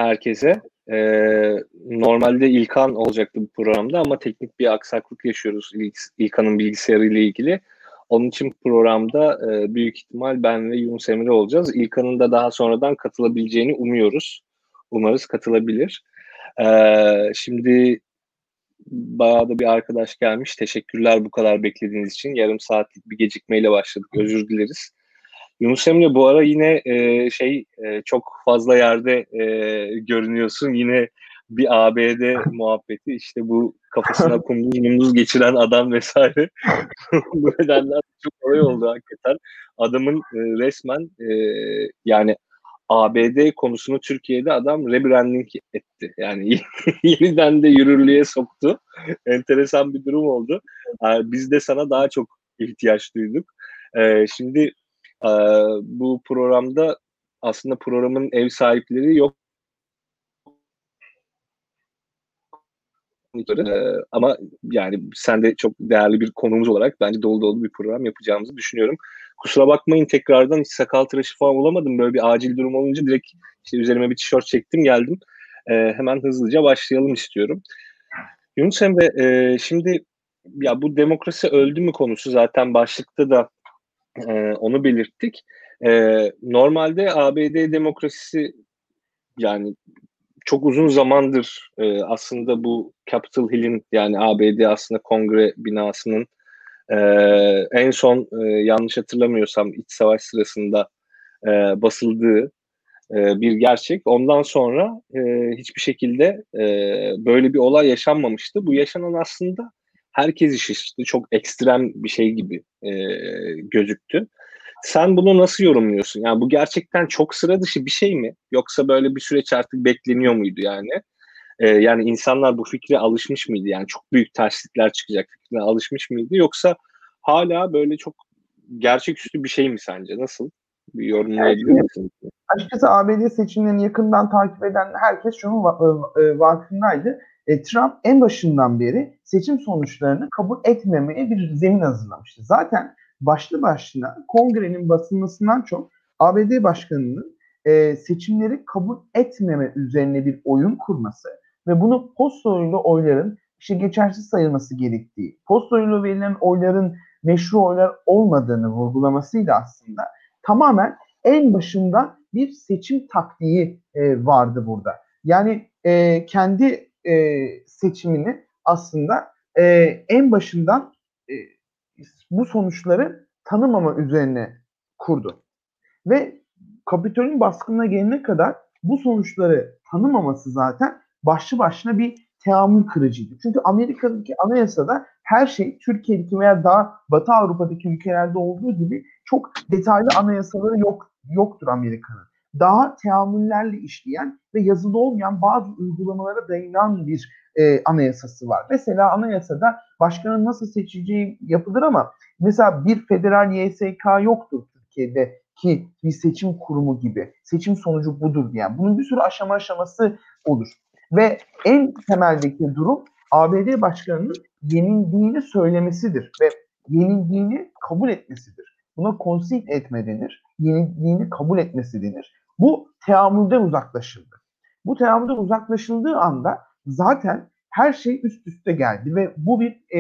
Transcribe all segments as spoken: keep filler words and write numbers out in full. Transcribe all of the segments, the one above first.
herkese. Ee, normalde İlkan olacaktı bu programda ama teknik bir aksaklık yaşıyoruz İlk, İlkan'ın bilgisayarı ile ilgili. Onun için programda e, büyük ihtimal ben ve Yunus Emre olacağız. İlkan'ın da daha sonradan katılabileceğini umuyoruz. Umarız katılabilir. Ee, şimdi bayağı da bir arkadaş gelmiş. Teşekkürler bu kadar beklediğiniz için. Yarım saatlik bir gecikmeyle başladık. Özür dileriz. Yunus Emre bu ara yine e, şey e, çok fazla yerde e, görünüyorsun. Yine bir A B D muhabbeti işte bu kafasına kumduz mumduz geçiren adam vesaire. Bu nedenler çok olay oldu hakikaten. Adamın e, resmen e, yani A B D konusunu Türkiye'de adam rebranding etti. Yani yeniden de yürürlüğe soktu. Enteresan bir durum oldu. Yani biz de sana daha çok ihtiyaç duyduk. E, şimdi ee, bu programda aslında programın ev sahipleri yok. Ee, ama yani sen de çok değerli bir konuğumuz olarak bence dolu dolu bir program yapacağımızı düşünüyorum. Kusura bakmayın tekrardan hiç sakal tıraşı falan olamadım. Böyle bir acil durum olunca direkt işte üzerime bir tişört çektim geldim. Ee, hemen hızlıca başlayalım istiyorum. Yunus Emre e, şimdi ya bu demokrasi öldü mü konusu zaten başlıkta da e, onu belirttik. Ee, normalde A B D demokrasisi yani çok uzun zamandır e, aslında bu Capitol Hill'in yani A B D aslında kongre binasının e, en son e, yanlış hatırlamıyorsam iç savaş sırasında e, basıldığı e, bir gerçek. Ondan sonra e, hiçbir şekilde e, böyle bir olay yaşanmamıştı. Bu yaşanan aslında herkesi şaşırttı. Çok ekstrem bir şey gibi e, gözüktü. Sen bunu nasıl yorumluyorsun? Yani bu gerçekten çok sıra dışı bir şey mi? Yoksa böyle bir süreç artık bekleniyor muydu yani? Ee, yani insanlar bu fikre alışmış mıydı? Yani çok büyük terslikler çıkacak fikrine alışmış mıydı? Yoksa hala böyle çok gerçeküstü bir şey mi sence? Nasıl? Bir yorumlayabilir Yani misin? açıkçası A B D seçimlerini yakından takip eden herkes şunun farkındaydı. E, Trump en başından beri seçim sonuçlarını kabul etmemeye bir zemin hazırlamıştı. Zaten başlı başına kongrenin basılmasından çok A B D başkanının e, seçimleri kabul etmeme üzerine bir oyun kurması ve bunu posta oyunu oyların işte geçersiz sayılması gerektiği, posta oyunu verilen oyların meşru oylar olmadığını vurgulamasıyla aslında tamamen en başında bir seçim taktiği e, vardı burada. Yani e, kendi e, seçimini aslında e, en başından e, bu sonuçları tanımama üzerine kurdu. Ve Kapitol'ün baskınına gelene kadar bu sonuçları tanımaması zaten başlı başına bir teamül kırıcıydı. Çünkü Amerika'daki anayasada her şey Türkiye'deki veya daha Batı Avrupa'daki ülkelerde olduğu gibi çok detaylı anayasaları yok yoktur Amerika'nın. Daha teamüllerle işleyen ve yazılı olmayan bazı uygulamalara dayanan bir e, anayasası var. Mesela anayasada başkanın nasıl seçileceği yapılır ama mesela bir federal Y S K yoktur Türkiye'de ki bir seçim kurumu gibi. Seçim sonucu budur diyen. Bunun bir sürü aşama aşaması olur. Ve en temeldeki durum A B D başkanının yenildiğini söylemesidir ve yenildiğini kabul etmesidir. Buna concede etme denir. Yenildiğini kabul etmesi denir. Bu teamülden uzaklaşıldı. Bu teamülden uzaklaşıldığı anda zaten her şey üst üste geldi ve bu bir e,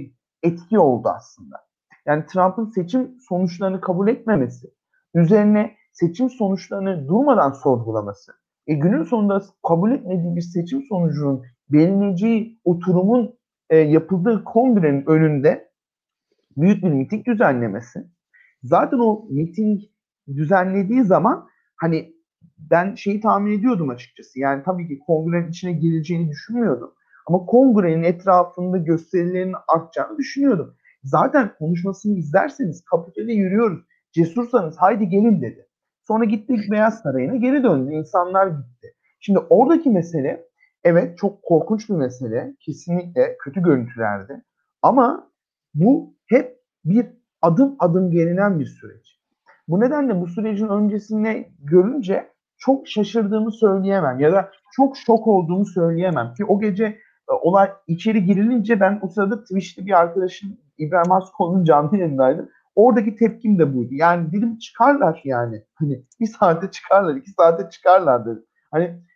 etki oldu aslında. Yani Trump'ın seçim sonuçlarını kabul etmemesi, üzerine seçim sonuçlarını durmadan sorgulaması, e, günün sonunda kabul etmediği bir seçim sonucunun belirleyeceği oturumun e, yapıldığı kongrenin önünde büyük bir miting düzenlemesi. Zaten o miting düzenlediği zaman hani ben şeyi tahmin ediyordum açıkçası. Yani tabii ki kongrenin içine girileceğini düşünmüyordum. Ama kongrenin etrafında gösterilerin artacağını düşünüyordum. Zaten konuşmasını izlerseniz Kapitol'e yürüyoruz. Cesursanız haydi gelin dedi. Sonra gitti Beyaz Sarayı'na geri döndü. İnsanlar gitti. Şimdi oradaki mesele evet çok korkunç bir mesele. Kesinlikle kötü görüntülerdi. Ama bu hep bir adım adım gelinen bir süreç. Bu nedenle bu sürecin öncesini görünce çok şaşırdığımı söyleyemem ya da çok şok olduğumu söyleyemem ki o gece e, olay içeri girilince ben o sırada Twitch'te bir arkadaşım İbrahim Haskoğlu'nun canlı yayındaydım. Oradaki tepkim de buydu. Yani dedim çıkarlar yani. Hani bir saate çıkarlar, iki saate çıkarlar dedim. Hani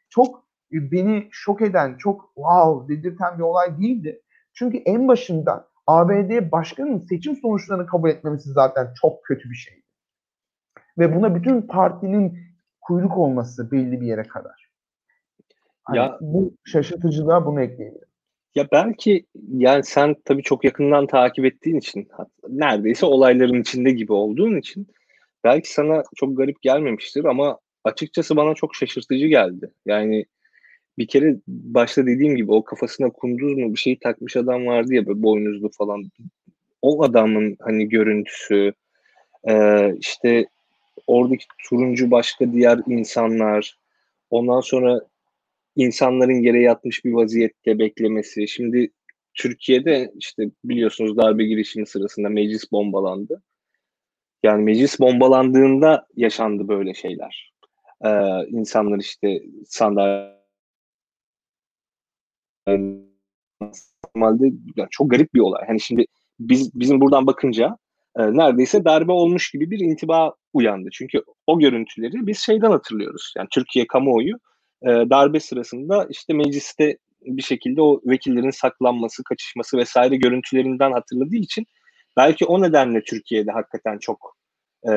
çok e, beni şok eden, çok wow dedirten bir olay değildi. Çünkü en başında A B D başkanının seçim sonuçlarını kabul etmemesi zaten çok kötü bir şeydi. Ve buna bütün partinin kuyruk olması belli bir yere kadar. Hani Ya bu şaşırtıcılığa bunu ekleyebilirim. ya belki yani sen tabii çok yakından takip ettiğin için neredeyse olayların içinde gibi olduğun için belki sana çok garip gelmemiştir ama açıkçası bana çok şaşırtıcı geldi. Yani bir kere başta dediğim gibi o kafasına kunduz mu bir şey takmış adam vardı ya böyle boynuzlu falan. O adamın hani görüntüsü, e, işte oradaki turuncu başka diğer insanlar, ondan sonra insanların yere yatmış bir vaziyette beklemesi. Şimdi Türkiye'de işte biliyorsunuz darbe girişimi sırasında meclis bombalandı. Yani meclis bombalandığında yaşandı böyle şeyler. Ee, insanlar işte sandalye normalde yani çok garip bir olay. Hani şimdi biz bizim buradan bakınca e, neredeyse darbe olmuş gibi bir intiba uyandı. Çünkü o görüntüleri biz şeyden hatırlıyoruz. Yani Türkiye kamuoyu e, darbe sırasında işte mecliste bir şekilde o vekillerin saklanması, kaçışması vesaire görüntülerinden hatırladığı için belki o nedenle Türkiye'de hakikaten çok e,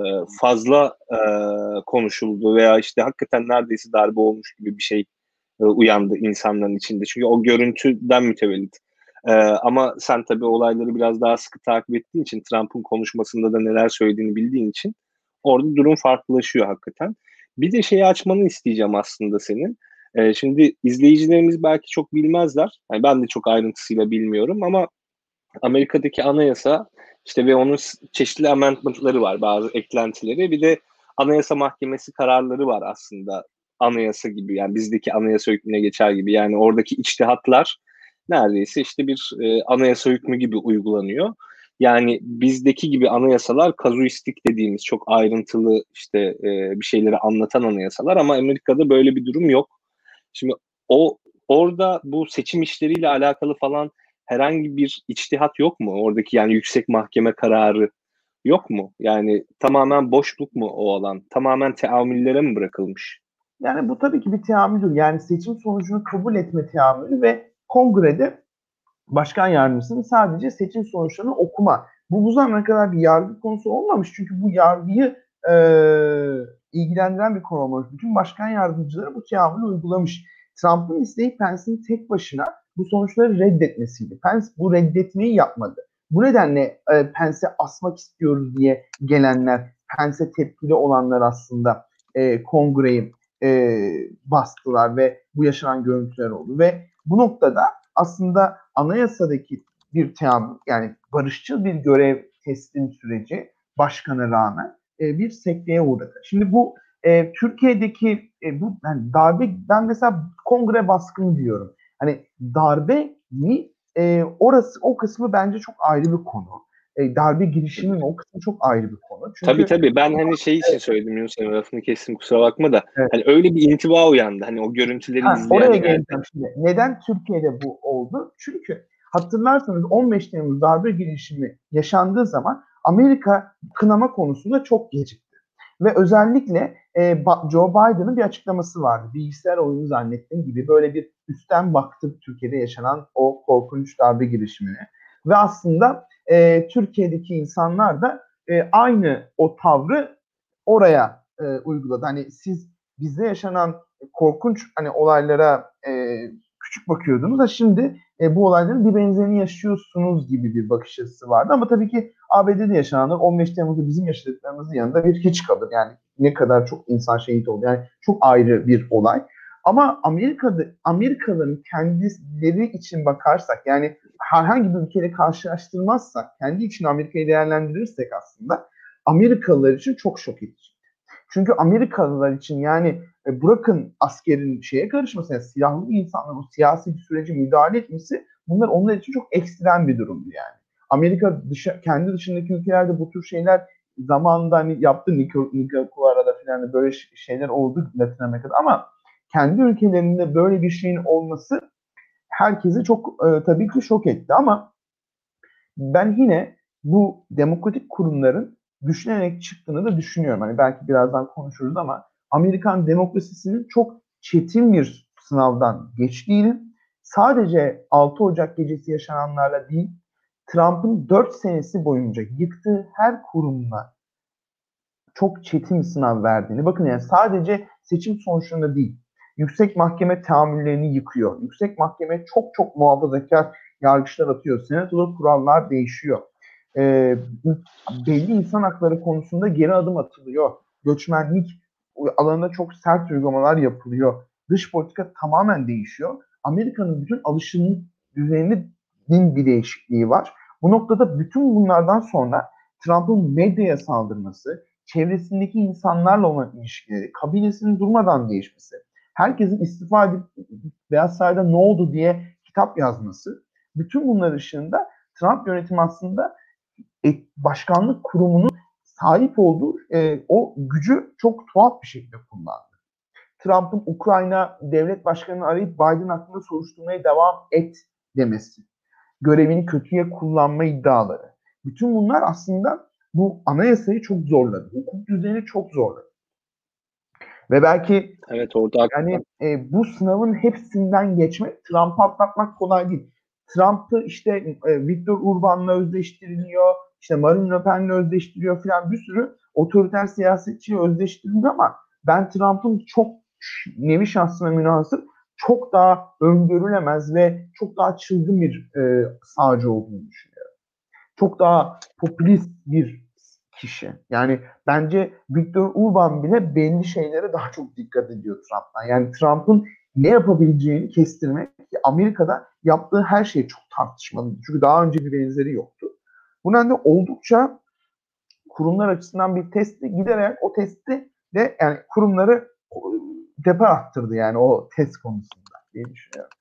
fazla e, konuşuldu veya işte hakikaten neredeyse darbe olmuş gibi bir şey e, uyandı insanların içinde. Çünkü o görüntüden mütevellit. E, ama sen tabii olayları biraz daha sıkı takip ettiğin için, Trump'ın konuşmasında da neler söylediğini bildiğin için orada durum farklılaşıyor hakikaten. Bir de şeyi açmanı isteyeceğim aslında senin. E, şimdi izleyicilerimiz belki çok bilmezler. Yani ben de çok ayrıntısıyla bilmiyorum ama Amerika'daki anayasa işte ve onun çeşitli amendment'ları var, bazı eklentileri. Bir de Anayasa Mahkemesi kararları var aslında anayasa gibi. Yani bizdeki anayasa hükmüne geçer gibi. Yani oradaki içtihatlar neredeyse işte bir e, anayasa hükmü gibi uygulanıyor. Yani bizdeki gibi anayasalar kazuistik dediğimiz çok ayrıntılı işte e, bir şeyleri anlatan anayasalar ama Amerika'da böyle bir durum yok. Şimdi o orada bu seçim işleriyle alakalı falan herhangi bir içtihat yok mu? Oradaki yani yüksek mahkeme kararı yok mu? Yani tamamen boşluk mu o alan? Tamamen teamüllere mi bırakılmış? Yani bu tabii ki bir teamüldür. Yani seçim sonucunu kabul etme teamülü ve kongrede başkan yardımcısının sadece seçim sonuçlarını okuma. Bu bu zamana kadar bir yargı konusu olmamış. Çünkü bu yargıyı e, ilgilendiren bir konu olmamış. Bütün başkan yardımcıları bu teamülü uygulamış. Trump'ın isteği Pence'in tek başına bu sonuçları reddetmesiydi. Pence bu reddetmeyi yapmadı. Bu nedenle e, Pence'e asmak istiyoruz diye gelenler, Pence'e tepkili olanlar aslında e, kongreyi e, bastılar ve bu yaşanan görüntüler oldu. Ve bu noktada aslında anayasadaki bir teamül, yani barışçıl bir görev teslim süreci başkana rağmen e, bir sekteye uğradı. Şimdi bu e, Türkiye'deki e, bu yani darbe, ben mesela kongre baskını diyorum. Hani darbe mi e, orası, o kısmı bence çok ayrı bir konu. E, darbe girişiminin o kısmı çok ayrı bir konu. Tabii Çünkü tabii ben hani şey için söyledim Yunus Emre, lafını kestim kusura bakma da evet, hani öyle bir intiba uyandı hani o görüntüleri ha, oraya izleyenlerde. geleceğim şimdi. Neden Türkiye'de bu oldu? Çünkü hatırlarsanız on beş Temmuz darbe girişimi yaşandığı zaman Amerika kınama konusunda çok gecikti. Ve özellikle e, Joe Biden'ın bir açıklaması vardı. Bilgisayar oyunu zannettiğim gibi böyle bir üstten baktık Türkiye'de yaşanan o korkunç darbe girişimine. Ve aslında e, Türkiye'deki insanlar da e, aynı o tavrı oraya e, uyguladı. Hani siz bizde yaşanan korkunç hani olaylara e, küçük bakıyordunuz da şimdi e, bu olayların bir benzerini yaşıyorsunuz gibi bir bakış açısı vardı. Ama tabii ki A B D'de yaşananlar on beş Temmuz'da bizim yaşadıklarımızın yanında bir hiç kalır. Yani ne kadar çok insan şehit oldu. Yani çok ayrı bir olay. Ama Amerika'da Amerikalıların kendileri için bakarsak yani herhangi bir ülkeyle karşılaştırmazsak kendi için Amerika'yı değerlendirirsek aslında Amerikalılar için çok şok edici. Çünkü Amerikalılar için yani e, bırakın askerin şeye karışması, yani silahlı insanların o siyasi bir sürece müdahale etmesi bunlar onlar için çok ekstrem bir durumdu yani. Amerika dışı, kendi dışındaki ülkelerde bu tür şeyler zamanında hani yaptı Nicaragua'da falan böyle şeyler oldu Latin Amerika'da ama kendi ülkelerinde böyle bir şeyin olması herkesi çok e, tabii ki şok etti ama ben yine bu demokratik kurumların düşünerek çıktığını da düşünüyorum. Hani belki birazdan konuşuruz ama Amerikan demokrasisinin çok çetin bir sınavdan geçtiğini, sadece altı Ocak gecesi yaşananlarla değil, Trump'ın dört senesi boyunca yıktığı her kurumla çok çetin bir sınav verdiğini, bakın yani sadece seçim sonuçlarında değil, yüksek mahkeme tahammüllerini yıkıyor. Yüksek mahkeme çok çok muhafazakar yargıçlar atıyor. Senatoda kurallar değişiyor. Ee, belli insan hakları konusunda geri adım atılıyor. Göçmenlik alanında çok sert uygulamalar yapılıyor. Dış politika tamamen değişiyor. Amerika'nın bütün alışılmış düzeninin bir değişikliği var. Bu noktada bütün bunlardan sonra Trump'ın medyaya saldırması, çevresindeki insanlarla olan ilişkileri, kabinesinin durmadan değişmesi, herkesin istifa edip Beyaz Saray'da ne oldu diye kitap yazması, bütün bunlar ışığında Trump yönetimi aslında başkanlık kurumunun sahip olduğu e, o gücü çok tuhaf bir şekilde kullandı. Trump'ın Ukrayna devlet başkanını arayıp Biden hakkında soruşturmaya devam et demesi, görevini kötüye kullanma iddiaları. Bütün bunlar aslında bu anayasayı çok zorladı. Hukuk düzenini çok zorladı. Ve belki evet orada yani e, bu sınavın hepsinden geçmek, Trump'ı atlatmak kolay değil. Trump'ı işte e, Viktor Orban'la özdeştiriliyor, işte Marine Le Pen'le özdeştiriyor falan, bir sürü otoriter siyasetçiyle özdeştiriliyor ama ben Trump'ın çok nevi şahsına münhasır çok daha öngörülemez ve çok daha çılgın bir e, sağcı olduğunu düşünüyorum. Çok daha popülist bir kişi. Yani bence Viktor Orban bile belli şeylere daha çok dikkat ediyor Trump'tan. Yani Trump'ın ne yapabileceğini kestirmek, Amerika'da yaptığı her şey çok tartışmalı. Çünkü daha önce bir benzeri yoktu. Bu nedenle oldukça kurumlar açısından bir testi, giderek o testi de yani kurumları tepe attırdı yani o test konusunda diye düşünüyorum.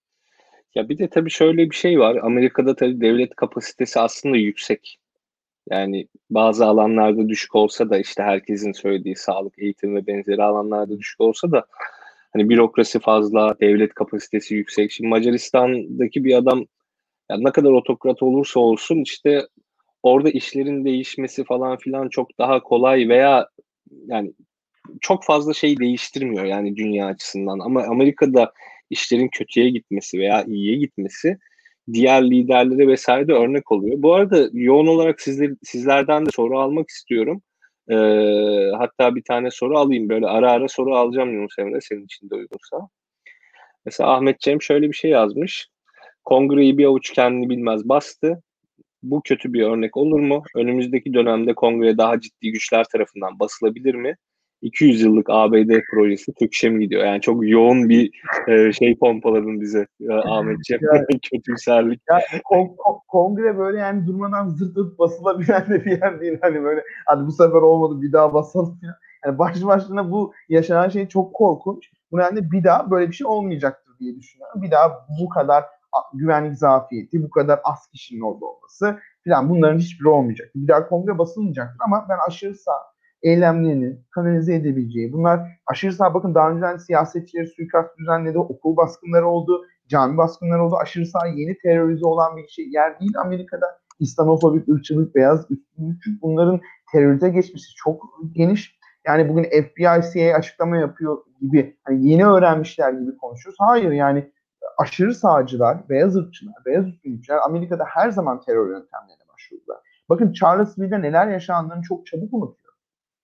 Ya bir de tabii şöyle bir şey var. Amerika'da tabii devlet kapasitesi aslında yüksek. Yani bazı alanlarda düşük olsa da işte herkesin söylediği sağlık, eğitim ve benzeri alanlarda düşük olsa da hani bürokrasi fazla, devlet kapasitesi yüksek. Şimdi Macaristan'daki bir adam yani ne kadar otokrat olursa olsun işte orada işlerin değişmesi falan filan çok daha kolay veya yani çok fazla şey değiştirmiyor yani dünya açısından. Ama Amerika'da işlerin kötüye gitmesi veya iyiye gitmesi diğer liderlere vesaire de örnek oluyor. Bu arada yoğun olarak sizler, sizlerden de soru almak istiyorum. Ee, hatta bir tane soru alayım. Böyle ara ara soru alacağım Yunus Emre senin için de uygunsa. Mesela Ahmet Cem şöyle bir şey yazmış. Kongreyi bir avuç kendini bilmez bastı. Bu kötü bir örnek olur mu? Önümüzdeki dönemde kongre daha ciddi güçler tarafından basılabilir mi? iki yüz yıllık A B D projesi Türkçe mi gidiyor? Yani çok yoğun bir e, şey pompaladın bize e, Ahmetciğim. Yani, Kötümserlik. ya kon, kon, kongre böyle yani durmadan zırt zırt basılabilen de bir yer değil. Hani böyle hadi bu sefer olmadı bir daha basalım falan. Yani başlı başına bu yaşanan şey çok korkunç. Bu nedenle bir daha böyle bir şey olmayacaktır diye düşünüyorum. Bir daha bu kadar güvenlik zafiyeti, bu kadar az kişinin orada olması falan bunların hiçbiri olmayacak. Bir daha kongre basılmayacaktır ama ben aşırı sağ eylemlerini kanalize edebileceği, bunlar aşırı sağ, bakın daha önceden siyasetçileri suikast düzenledi, okul baskınları oldu, cami baskınları oldu. Aşırı sağ yeni terörize olan bir şey yer değil Amerika'da. İslamofobik, ırkçılık, beyaz üstünlük, bunların terörize geçmesi çok geniş. Yani bugün F B I, C I A açıklama yapıyor gibi hani yeni öğrenmişler gibi konuşuyoruz. Hayır yani aşırı sağcılar, beyaz ırkçılar, beyaz üstünlükçüler Amerika'da her zaman terör yöntemlerine başvurdular. Bakın Charlottesville'de neler yaşandığını çok çabuk unutuyoruz.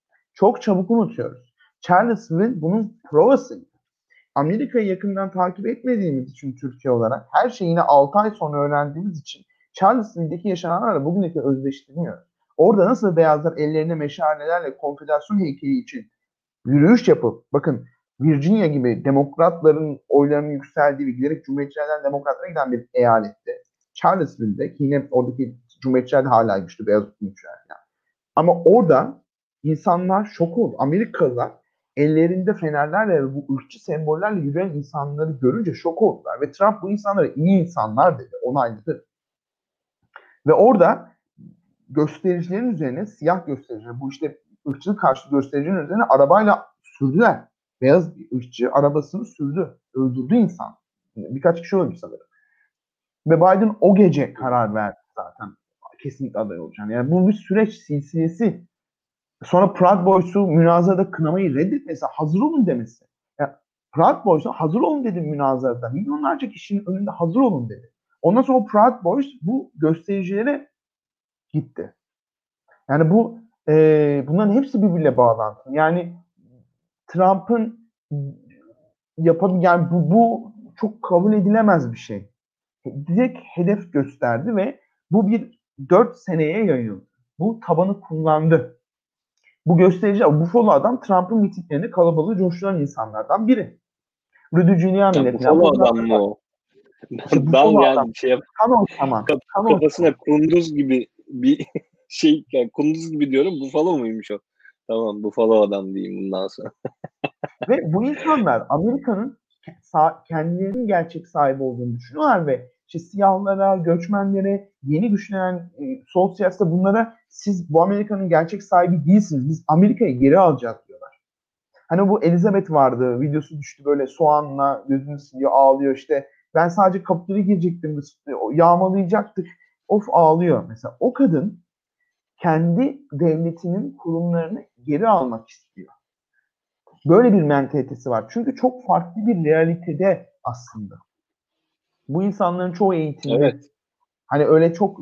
Çok çabuk unutuyoruz. Charlottesville bunun provasıydı. Amerika'yı yakından takip etmediğimiz için Türkiye olarak her şeyi yine altı ay sonra öğrendiğimiz için Charlottesville'deki yaşananlarla bugündeki özdeştirmiyoruz. Orada nasıl beyazlar ellerine meşalelerle konfederasyon heykeli için yürüyüş yapıp, bakın Virginia gibi demokratların oylarının yükseldiği ve giderek cumhuriyetçilerden demokratlara giden bir eyalette, Charlottesville'de ki yine oradaki cumhuriyetçiler de hala güçlü, beyaz cumhuriyetçiler yani. Ama orada insanlar şok oldu. Amerikalılar ellerinde fenerlerle ve bu ırkçı sembollerle yürüyen insanları görünce şok oldular. Ve Trump bu insanlara iyi insanlar dedi, onayladı. Ve orada göstericilerin üzerine, siyah göstericiler, bu işte ırkçılık karşı göstericilerin üzerine arabayla sürdüler. Beyaz ırkçı arabasını sürdü. Öldürdü insan. Birkaç kişi öldü sanırım. Ve Biden o gece karar verdi zaten. Kesinlikle aday olacağını. Yani bu bir süreç silsilesi. Sonra Proud Boys'u münazarada kınamayı reddetmesi, hazır olun demesi. Yani Proud Boys'a hazır olun dedi münazarada. Milyonlarca kişinin önünde hazır olun dedi. Ondan sonra Proud Boys bu göstericilere gitti. Yani bu e, bunların hepsi birbiriyle bağlantılı. Yani Trump'ın yapabil yani bu, bu çok kabul edilemez bir şey. Direkt hedef gösterdi ve bu bir dört seneye yayıldı. Bu tabanı kullandı. Bu gösterici, Buffalo adam Trump'ın mitinglerinde kalabalığı coşturan insanlardan biri. Rudy Giuliani Ya ile falan Buffalo adam fotoğrafları mı var. o? İşte Ben Buffalo adam. yani şey yap, Kan ortaman. kaf- Kan kafasına ortaman. kunduz gibi bir şey, yani kunduz gibi diyorum, Buffalo muymuş o? Tamam, Buffalo adam diyeyim bundan sonra. Ve bu insanlar Amerika'nın kendilerinin gerçek sahibi olduğunu düşünüyorlar ve işte siyahlara, göçmenlere, yeni güçlenen e, sol siyasete bunlara siz bu Amerika'nın gerçek sahibi değilsiniz. Biz Amerika'yı geri alacağız diyorlar. Hani bu Elizabeth vardı. Videosu düştü böyle soğanla gözünü siliyor, ağlıyor işte. Ben sadece kapıları girecektim. Yağmalayacaktık. Of ağlıyor. Mesela o kadın kendi devletinin kurumlarını geri almak istiyor. Böyle bir mentalitesi var. Çünkü çok farklı bir realitede aslında. Bu insanların çoğu eğitimli. Evet. Hani öyle çok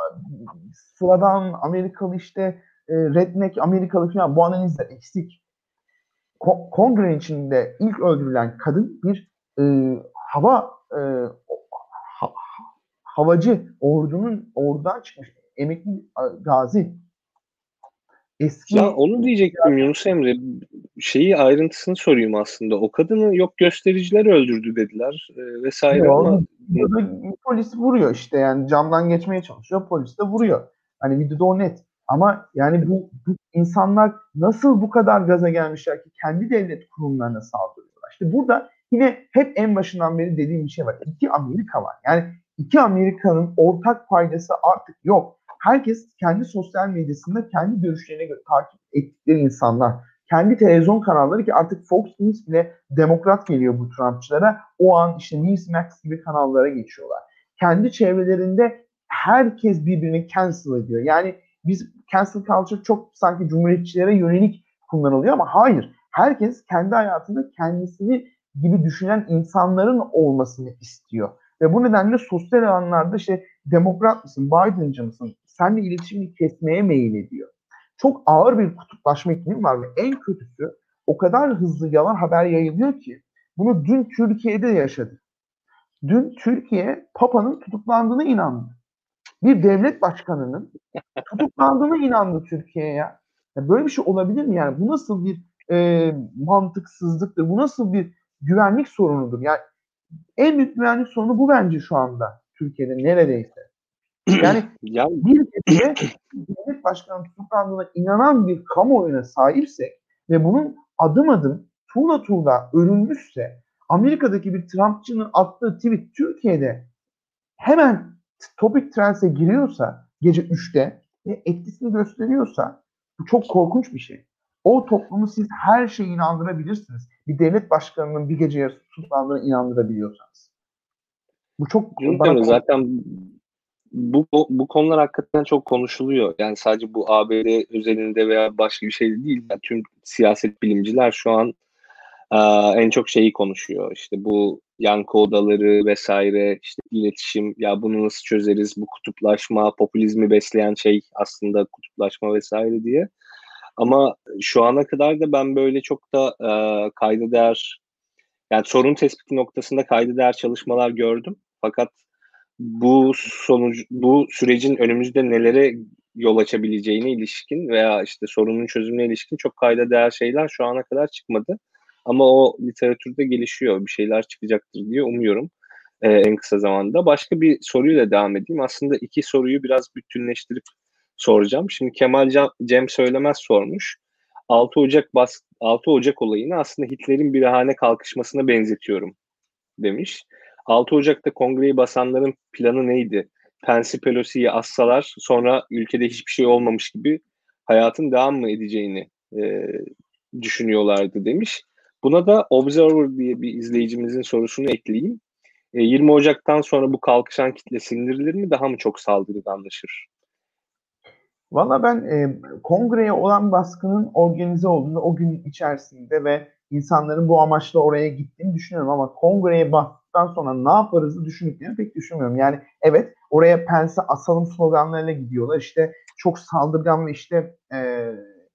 sıradan Amerikalı işte e, redneck Amerikalı falan bu analizler eksik. Ko- Kongre içinde ilk öldürülen kadın bir e, hava e, ha- havacı, ordunun ordudan çıkmış emekli gazi. Ya Eski onu diyecektim Yunus Emre. Şeyi, ayrıntısını sorayım aslında. O kadını yok göstericiler öldürdü dediler e, vesaire ama Videoda polis vuruyor işte yani camdan geçmeye çalışıyor. Polis de vuruyor. Hani videoda o net. Ama yani bu, bu insanlar nasıl bu kadar gaza gelmişler ki kendi devlet kurumlarına saldırıyorlar. İşte burada yine hep en başından beri dediğim bir şey var. İki Amerika var. Yani iki Amerika'nın ortak paydası artık yok. Herkes kendi sosyal medyasında kendi görüşlerine göre takip ettikleri insanlar. Kendi televizyon kanalları ki artık Fox News bile demokrat geliyor bu Trumpçılara. O an işte Newsmax gibi kanallara geçiyorlar. Kendi çevrelerinde herkes birbirini cancel ediyor. Yani biz cancel culture çok sanki cumhuriyetçilere yönelik kullanılıyor ama hayır. Herkes kendi hayatında kendisini gibi düşünen insanların olmasını istiyor. Ve bu nedenle sosyal alanlarda işte demokrat mısın, Biden'cı mısın, seninle iletişimini kesmeye meyil ediyor. Çok ağır bir kutuplaşma iklimi var ve en kötüsü o kadar hızlı yalan haber yayılıyor ki bunu dün Türkiye'de yaşadık. Dün Türkiye Papa'nın tutuklandığına inandı. Bir devlet başkanının tutuklandığına inandı Türkiye'ye. Ya. Ya böyle bir şey olabilir mi yani? Bu nasıl bir e, mantıksızlıktır? Bu nasıl bir güvenlik sorunudur? Yani en büyük güvenlik sorunu bu bence şu anda Türkiye'de neredeyse. Yani yani bir gecede devlet başkanı tutuklandığına inanan bir kamuoyuna sahipsek ve bunun adım adım tuğla tuğla örülmüşse Amerika'daki bir Trumpçının attığı tweet Türkiye'de hemen Topic Trends'e giriyorsa gece üçte ve etkisini gösteriyorsa bu çok korkunç bir şey. O toplumu siz her şeye inandırabilirsiniz. Bir devlet başkanının bir gece yarısı tutuklandığına inandırabiliyorsanız. Bu çok Yunus bana Emre, korkunç. zaten bu bu konular hakikaten çok konuşuluyor. Yani sadece bu A B D özelinde veya başka bir şey değil. Yani tüm siyaset bilimciler şu an Aa, en çok şeyi konuşuyor. İşte bu yankı odaları vesaire, işte iletişim, ya bunu nasıl çözeriz, bu kutuplaşma, popülizmi besleyen şey aslında kutuplaşma vesaire diye. Ama şu ana kadar da ben böyle çok da e, kayda değer, yani sorun tespiti noktasında kayda değer çalışmalar gördüm. Fakat bu sonuç, bu sürecin önümüzde nelere yol açabileceğine ilişkin veya işte sorunun çözümüne ilişkin çok kayda değer şeyler şu ana kadar çıkmadı. Ama o literatürde gelişiyor, bir şeyler çıkacaktır diye umuyorum e, en kısa zamanda. Başka bir soruyla devam edeyim. Aslında iki soruyu biraz bütünleştirip soracağım. Şimdi Kemal Can, Cem Söylemez sormuş. altı Ocak bas, altı Ocak olayını aslında Hitler'in birahane kalkışmasına benzetiyorum demiş. altı Ocak'ta kongreyi basanların planı neydi? Nancy Pelosi'yi assalar sonra ülkede hiçbir şey olmamış gibi hayatın devam mı edeceğini e, düşünüyorlardı demiş. Buna da Observer diye bir izleyicimizin sorusunu ekleyeyim. E, yirmi Ocak'tan sonra bu kalkışan kitle sindirilir mi? Daha mı çok saldırganlaşır? Valla ben e, kongreye olan baskının organize olduğunu o gün içerisinde ve insanların bu amaçla oraya gittiğini düşünüyorum ama kongreye bastıktan sonra ne yaparızı düşündüklerini pek düşünmüyorum. Yani evet, oraya Pence asalım sloganlarıyla gidiyorlar. İşte çok saldırgan ve işte e,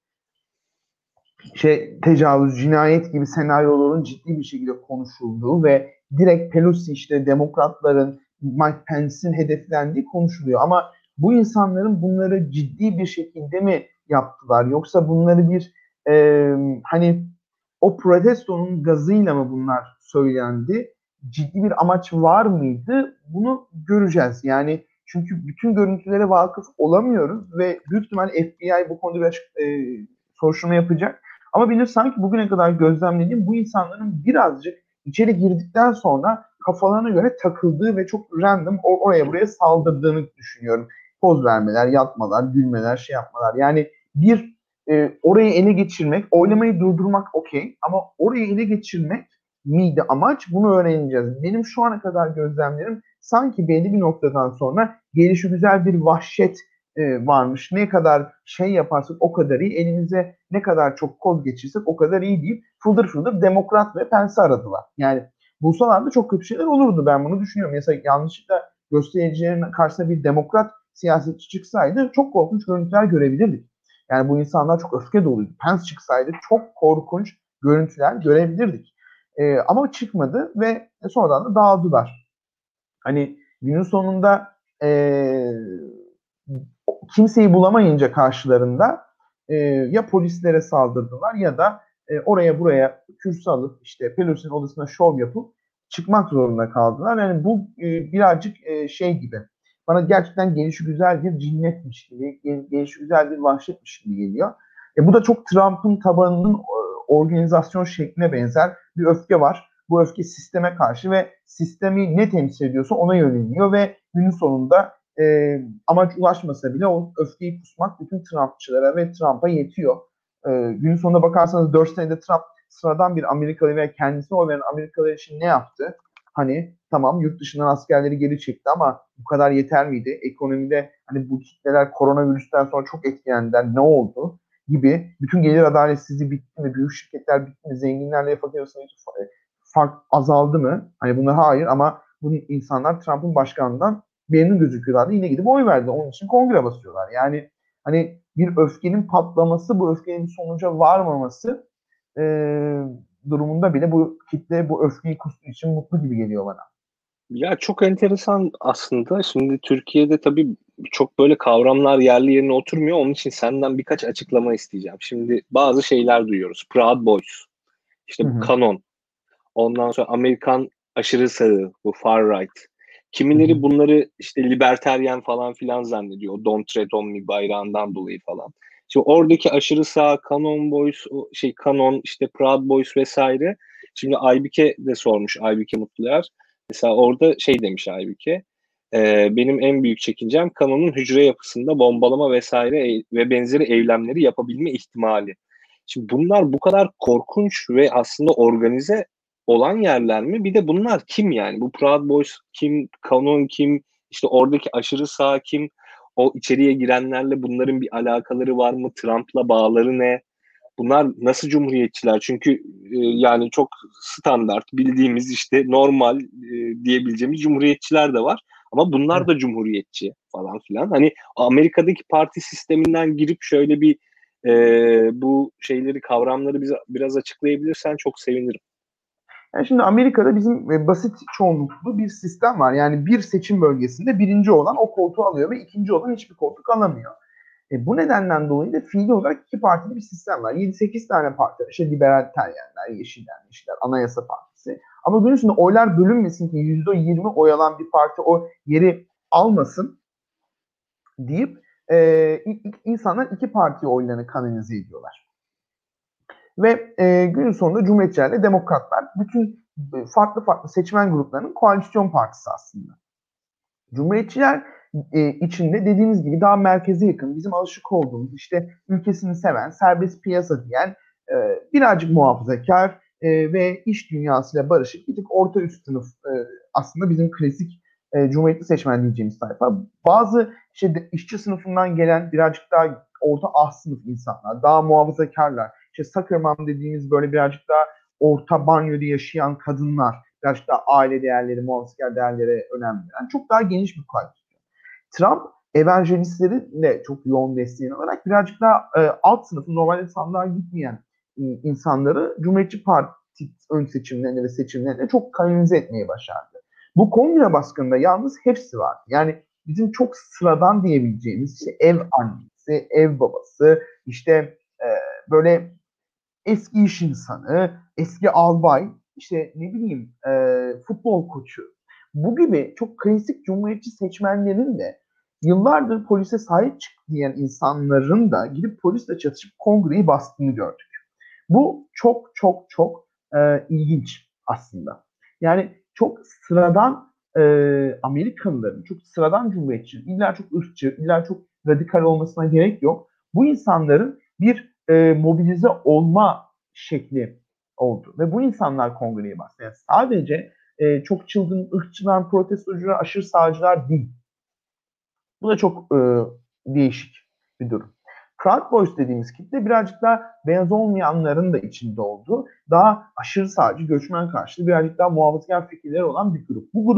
şey tecavüz, cinayet gibi senaryoların ciddi bir şekilde konuşulduğu ve direkt Pelosi işte demokratların, Mike Pence'in hedeflendiği konuşuluyor. Ama bu insanların bunları ciddi bir şekilde mi yaptılar? Yoksa bunları bir e, hani o protestonun gazıyla mı bunlar söylendi? Ciddi bir amaç var mıydı? Bunu göreceğiz. Yani çünkü bütün görüntülere vakıf olamıyoruz ve büyük ihtimal F B I bu konuda bir açık, e, soruşturma yapacak. Ama benim sanki bugüne kadar gözlemlediğim bu insanların birazcık içeri girdikten sonra kafalarına göre takıldığı ve çok random or- oraya buraya saldırdığını düşünüyorum. Poz vermeler, yatmalar, gülmeler, şey yapmalar. Yani bir e, orayı ele geçirmek, oylamayı durdurmak okey ama orayı ele geçirmek miydi amaç? Bunu öğreneceğiz. Benim şu ana kadar gözlemlerim sanki belli bir noktadan sonra gelişigüzel bir vahşet e, varmış. Ne kadar şey yaparsak o kadar iyi. Elimize ne kadar çok kod geçirsek o kadar iyi deyip fıldır fıldır Demokrat ve Pence aradılar. Yani bulsalardı çok kötü şeyler olurdu. Ben bunu düşünüyorum. Mesela yanlışlıkla göstericilerin karşısına bir Demokrat siyasetçi çıksaydı çok korkunç görüntüler görebilirdik. Yani bu insanlar çok öfke doluydu. Pence çıksaydı çok korkunç görüntüler görebilirdik. E, ama çıkmadı ve sonradan da dağıldılar. Hani günün sonunda e, kimseyi bulamayınca karşılarında e, ya polislere saldırdılar ya da e, oraya buraya kürsü alıp işte Pelosi'nin odasına şov yapıp çıkmak zorunda kaldılar. Yani bu e, birazcık e, şey gibi. Bana gerçekten gelişigüzel bir cinnetmiş gibi, gelişigüzel bir vahşetmiş gibi geliyor. E, bu da çok Trump'ın tabanının e, organizasyon şekline benzer bir öfke var. Bu öfke sisteme karşı ve sistemi ne temsil ediyorsa ona yöneliyor ve günün sonunda e, amaç ulaşmasa bile o öfkeyi kusmak bütün Trumpçılara ve Trump'a yetiyor. E, günün sonunda bakarsanız dört senede Trump sıradan bir Amerikalı veya kendisine oy veren Amerikalılar için ne yaptı? Hani tamam yurt dışından askerleri geri çekti ama bu kadar yeter miydi? Ekonomide hani bu kitleler koronavirüsten sonra çok etkilendiler. Ne oldu? Gibi bütün gelir adaletsizliği bitti mi? Büyük şirketler bitti mi? Zenginlerle fakir arasındaki fark azaldı mı? Hani bunlar hayır ama bu insanlar Trump'ın başkanlığından memnun gözüküyorlardı. Yine gidip oy verdiler. Onun için kongre basıyorlar. Yani hani bir öfkenin patlaması, bu öfkenin sonuca varmaması e, durumunda bile bu kitle bu öfkeyi kustuğu için mutlu gibi geliyor bana. Ya çok enteresan aslında. Şimdi Türkiye'de tabii çok böyle kavramlar yerli yerine oturmuyor. Onun için senden birkaç açıklama isteyeceğim. Şimdi bazı şeyler duyuyoruz. Proud Boys, Hı işte bu hı. Kanon, ondan sonra Amerikan aşırı sağı, bu far right. Hı hı. Kimileri bunları işte liberteryen falan filan zannediyor. O Don't Tread on Me bayrağından dolayı falan. Şimdi oradaki aşırı sağ, Canon Boys, o şey Canon, işte Proud Boys vesaire. Şimdi Aybike de sormuş, Aybike Mutluer. Mesela orada şey demiş Aybike. E, benim en büyük çekincem Canon'un hücre yapısında bombalama vesaire e- ve benzeri eylemleri yapabilme ihtimali. Şimdi bunlar bu kadar korkunç ve aslında organize olan yerler mi? Bir de bunlar kim yani? Bu Proud Boys kim? Canon kim? İşte oradaki aşırı sağ kim? O içeriye girenlerle bunların bir alakaları var mı? Trump'la bağları ne? Bunlar nasıl cumhuriyetçiler? Çünkü e, yani çok standart bildiğimiz işte normal e, diyebileceğimiz cumhuriyetçiler de var. Ama bunlar Evet. da cumhuriyetçi falan filan. Hani Amerika'daki parti sisteminden girip şöyle bir e, bu şeyleri, kavramları bize biraz açıklayabilirsen çok sevinirim. Yani şimdi Amerika'da bizim e, basit çoğunluklu bir sistem var. Yani bir seçim bölgesinde birinci olan o koltuğu alıyor ve ikinci olan hiçbir koltuk alamıyor. E, bu nedenden dolayı da fiili olarak iki partili bir sistem var. yedi sekiz tane parti. İşte libertaryenler, yeşiller, yeşiller, anayasa partisi. Ama günün sonunda oylar bölünmesin ki yüzde yirmi oy alan bir parti o yeri almasın deyip e, insanlar iki parti oylarını kanalize ediyorlar. Ve e, günün sonunda Cumhuriyetçilerle Demokratlar bütün e, farklı farklı seçmen gruplarının koalisyon partisi aslında. Cumhuriyetçiler e, içinde dediğimiz gibi daha merkeze yakın, bizim alışık olduğumuz işte ülkesini seven, serbest piyasa diyen e, birazcık muhafazakar e, ve iş dünyasıyla barışık bir tık orta üst sınıf e, aslında bizim klasik e, Cumhuriyetli seçmen diyeceğimiz tayfa. Bazı işte işçi sınıfından gelen birazcık daha orta ah sınıf insanlar, daha muhafazakarlar. İşte Zuckerman dediğimiz böyle birazcık daha orta banyoda yaşayan kadınlar, birazcık daha aile değerleri, muhafazakar değerlere önem veren çok daha geniş bir koalisyon. Trump evangelistleri de çok yoğun desteğini alarak birazcık daha e, alt sınıfı, normalde sandığa gitmeyen e, insanları Cumhuriyetçi Parti ön seçimlerine ve seçimlerine çok kanalize etmeyi başardı. Bu kongre baskınında yalnız hepsi var. Yani bizim çok sıradan diyebileceğimiz işte ev annesi, ev babası, işte e, böyle eski iş insanı, eski albay, işte ne bileyim e, futbol koçu. Bu gibi çok klasik cumhuriyetçi seçmenlerin de yıllardır polise sahip çık diyen insanların da gidip polisle çatışıp kongreyi bastığını gördük. Bu çok çok çok e, ilginç aslında. Yani çok sıradan e, Amerikalıların, çok sıradan cumhuriyetçi, illa çok ırkçı, illa çok radikal olmasına gerek yok. Bu insanların bir e, mobilize olma şekli oldu. Ve bu insanlar kongreye bastı. Yani sadece e, çok çılgın ırkçılar, protestocular, aşırı sağcılar değil. Bu da çok e, değişik bir durum. Proud Boys dediğimiz kitle birazcık daha beyaz olmayanların da içinde olduğu, daha aşırı sağcı, göçmen karşıtı, birazcık daha muhafazakar fikirleri olan bir grup. Bu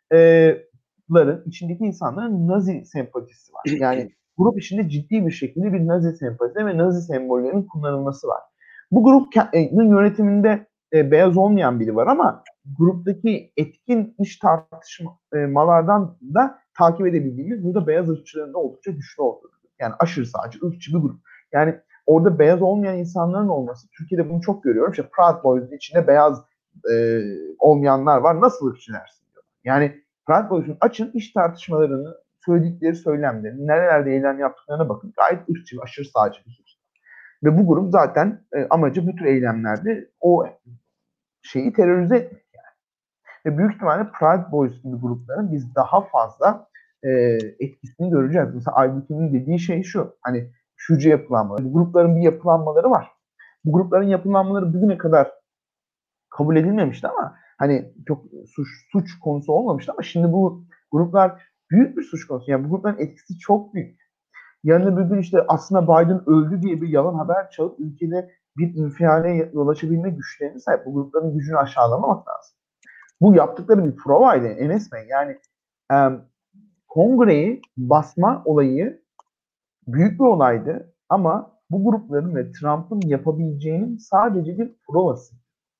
grupların e, içindeki insanların Nazi sempatisi var. Yani grup içinde ciddi bir şekilde bir Nazi sempatisi ve Nazi sembollerinin kullanılması var. Bu grupun yönetiminde e, beyaz olmayan biri var ama gruptaki etkin iş tartışmalardan da takip edebildiğimiz burada beyaz ırkçıların da oldukça güçlü olduğu. Yani aşırı sağcı, ırkçı bir grup. Yani orada beyaz olmayan insanların olması, Türkiye'de bunu çok görüyorum. İşte Proud Boys'un içinde beyaz e, olmayanlar var. Nasıl ırkçı dersin diyor. Yani Proud Boys'un açın iş tartışmalarını, söyledikleri söylemleri, nerelerde eylem yaptıklarına bakın. Gayet ırkçı, aşırı sağcı bir grup. Ve bu grup zaten e, amacı bu tür eylemlerde o şeyi terörize etmek yani. Ve büyük ihtimalle Proud Boys gibi grupların biz daha fazla e, etkisini göreceğiz. Mesela Aybüke'nin dediği şey şu, hani şucu yapılanmaları. Bu grupların bir yapılanmaları var. Bu grupların yapılanmaları bugüne kadar kabul edilmemişti ama hani çok suç, suç konusu olmamıştı ama şimdi bu gruplar büyük bir suç konusu. Yani bu grupların etkisi çok büyük. Yarın öbür gün işte aslında Biden öldü diye bir yalan haber çalıp ülkede bir infiale yol açabilme güçlerine sahip. Bu grupların gücünü aşağılamamak lazım. Bu yaptıkları bir provaydı Enes Bey. Yani e, kongreyi basma olayı büyük bir olaydı ama bu grupların ve Trump'ın yapabileceğinin sadece bir provası.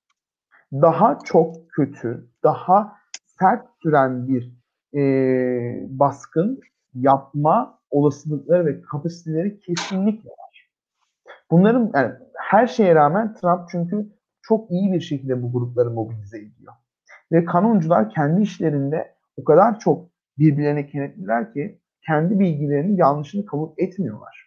Daha çok kötü, daha sert süren bir e, baskın yapma olasılıkları ve kapasiteleri kesinlikle var. Bunların yani her şeye rağmen Trump çünkü çok iyi bir şekilde bu grupları mobilize ediyor. Ve kanuncular kendi işlerinde o kadar çok birbirlerine kenetliler ki kendi bilgilerini yanlışını kabul etmiyorlar.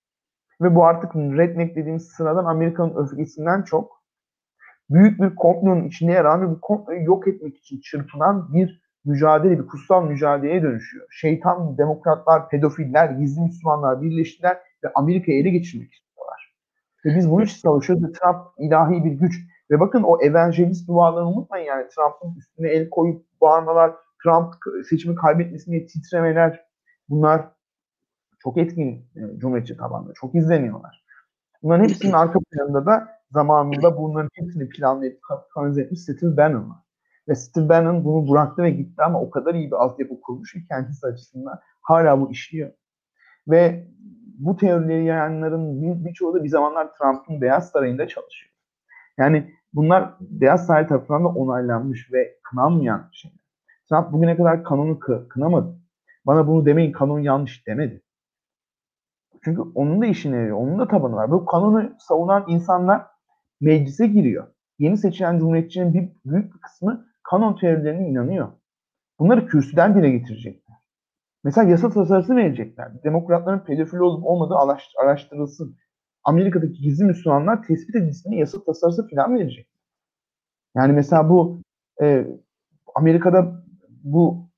Ve bu artık redneck dediğimiz sıradan Amerika'nın öfkesinden çok büyük bir komplonun içinde yer alan ve bu komployu yok etmek için çırpınan bir mücadele, bir kutsal mücadeleye dönüşüyor. Şeytan, demokratlar, pedofiller, gizli Müslümanlar birleştiler ve Amerika'yı ele geçirmek istiyorlar. Ve biz bunun için savaşıyoruz ve Trump ilahi bir güç. Ve bakın o evangelist dualarını unutmayın yani Trump'ın üstüne el koyup bağırmalar, Trump seçimi kaybetmesin diye titremeler, bunlar çok etkin e, Cumhuriyetçi tabanda, çok izleniyorlar. Bunların hepsinin arka planında da zamanında bunların hepsini planlayıp kanalize etmiş Steve Bannon var. Ve Steve Bannon bunu bıraktı ve gitti ama o kadar iyi bir altyapı kurmuş ki kendisi açısından hala bu işliyor. Ve bu teorileri yayanların bir, birçoğu da bir zamanlar Trump'ın Beyaz Sarayı'nda çalışıyor. Yani bunlar Beyaz Saray tarafından da onaylanmış ve kınanmayan şeyler. Trump bugüne kadar kanunu kı, kınamadı. Bana bunu demeyin, kanun yanlış demedi. Çünkü onun da işine yarıyor, onun da tabanı var. Bu kanunu savunan insanlar meclise giriyor. Yeni seçilen cumhuriyetçinin bir büyük bir kısmı kanon teorilerine inanıyor. Bunları kürsüden dile getirecekler. Mesela yasa tasarısı verecekler. Demokratların pedofili olup olmadığı araştırılsın. Amerika'daki gizli Müslümanlar tespit edilsin yasa tasarısı falan verecek. Yani mesela bu e, Amerika'da bu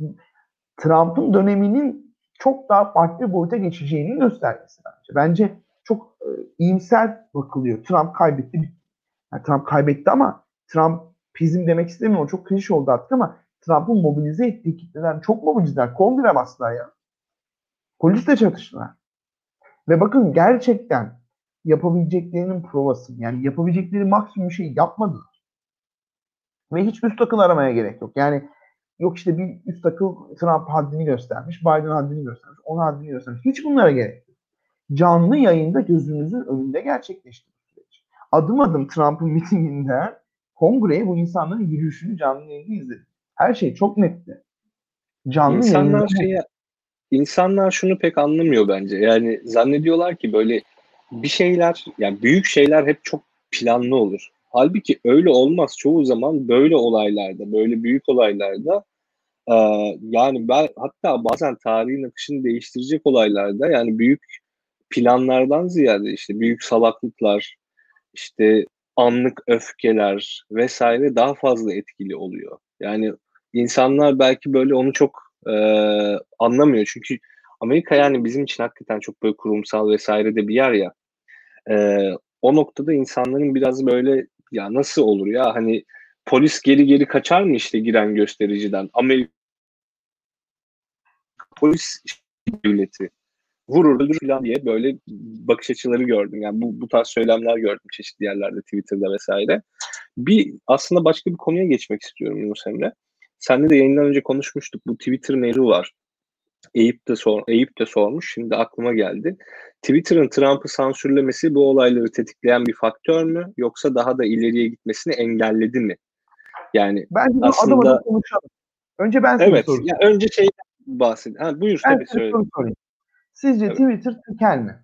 Trump'ın döneminin çok daha farklı boyuta geçeceğinin göstergesi bence. Bence çok e, iyimser bakılıyor. Trump kaybetti. Yani Trump kaybetti ama Trumpizm demek istemiyorum. O çok klişe oldu artık ama Trump'ın mobilize ettiği kitleden çok mobilizeler. Kongre bastılar ya. Polisle çatıştılar. Ve bakın gerçekten yapabileceklerinin provası. Yani yapabilecekleri maksimum şeyi yapmadılar. Ve hiç üst akıl aramaya gerek yok. Yani yok işte bir üst akıl Trump haddini göstermiş, Biden haddini göstermiş, onun haddini göstermiş. Hiç bunlara gerek yok. Canlı yayında gözümüzün önünde gerçekleşti bu süreç. Adım adım Trump'ın mitinginden kongreye bu insanların yürüyüşünü canlı yayında izledik. Her şey çok netti. Canlı yayında İnsanlar bu. şey İnsanlar şunu pek anlamıyor bence. Yani zannediyorlar ki böyle bir şeyler, yani büyük şeyler hep çok planlı olur. Halbuki öyle olmaz. Çoğu zaman böyle olaylarda, böyle büyük olaylarda, e, yani ben hatta bazen tarihin akışını değiştirecek olaylarda, yani büyük planlardan ziyade işte büyük salaklıklar, işte anlık öfkeler vesaire daha fazla etkili oluyor. Yani insanlar belki böyle onu çok e, anlamıyor. Çünkü Amerika yani bizim için hakikaten çok böyle kurumsal vesaire de bir yer ya. E, O noktada insanların biraz böyle ya nasıl olur ya hani polis geri geri kaçar mı işte giren göstericiden? Amerika polis devleti vurur öldürür falan diye böyle bakış açıları gördüm. Yani bu, bu tarz söylemler gördüm çeşitli yerlerde, Twitter'da vesaire. Bir aslında başka bir konuya geçmek istiyorum Yunus Emre. Seninle de yayından önce konuşmuştuk. Bu Twitter mevzu var. Eyüp de, sor, Eyüp de sormuş. Şimdi aklıma geldi. Twitter'ın Trump'ı sansürlemesi bu olayları tetikleyen bir faktör mü? Yoksa daha da ileriye gitmesini engelledi mi? Yani Bence bunu adım adım aslında konuşalım. Önce ben size bir evet. soru Ya sorayım. önce şey bahsedeyim. Ha, buyur Ben tabii size bir söyle. soru sorayım. Sizce Tabii. Twitter tekel mi?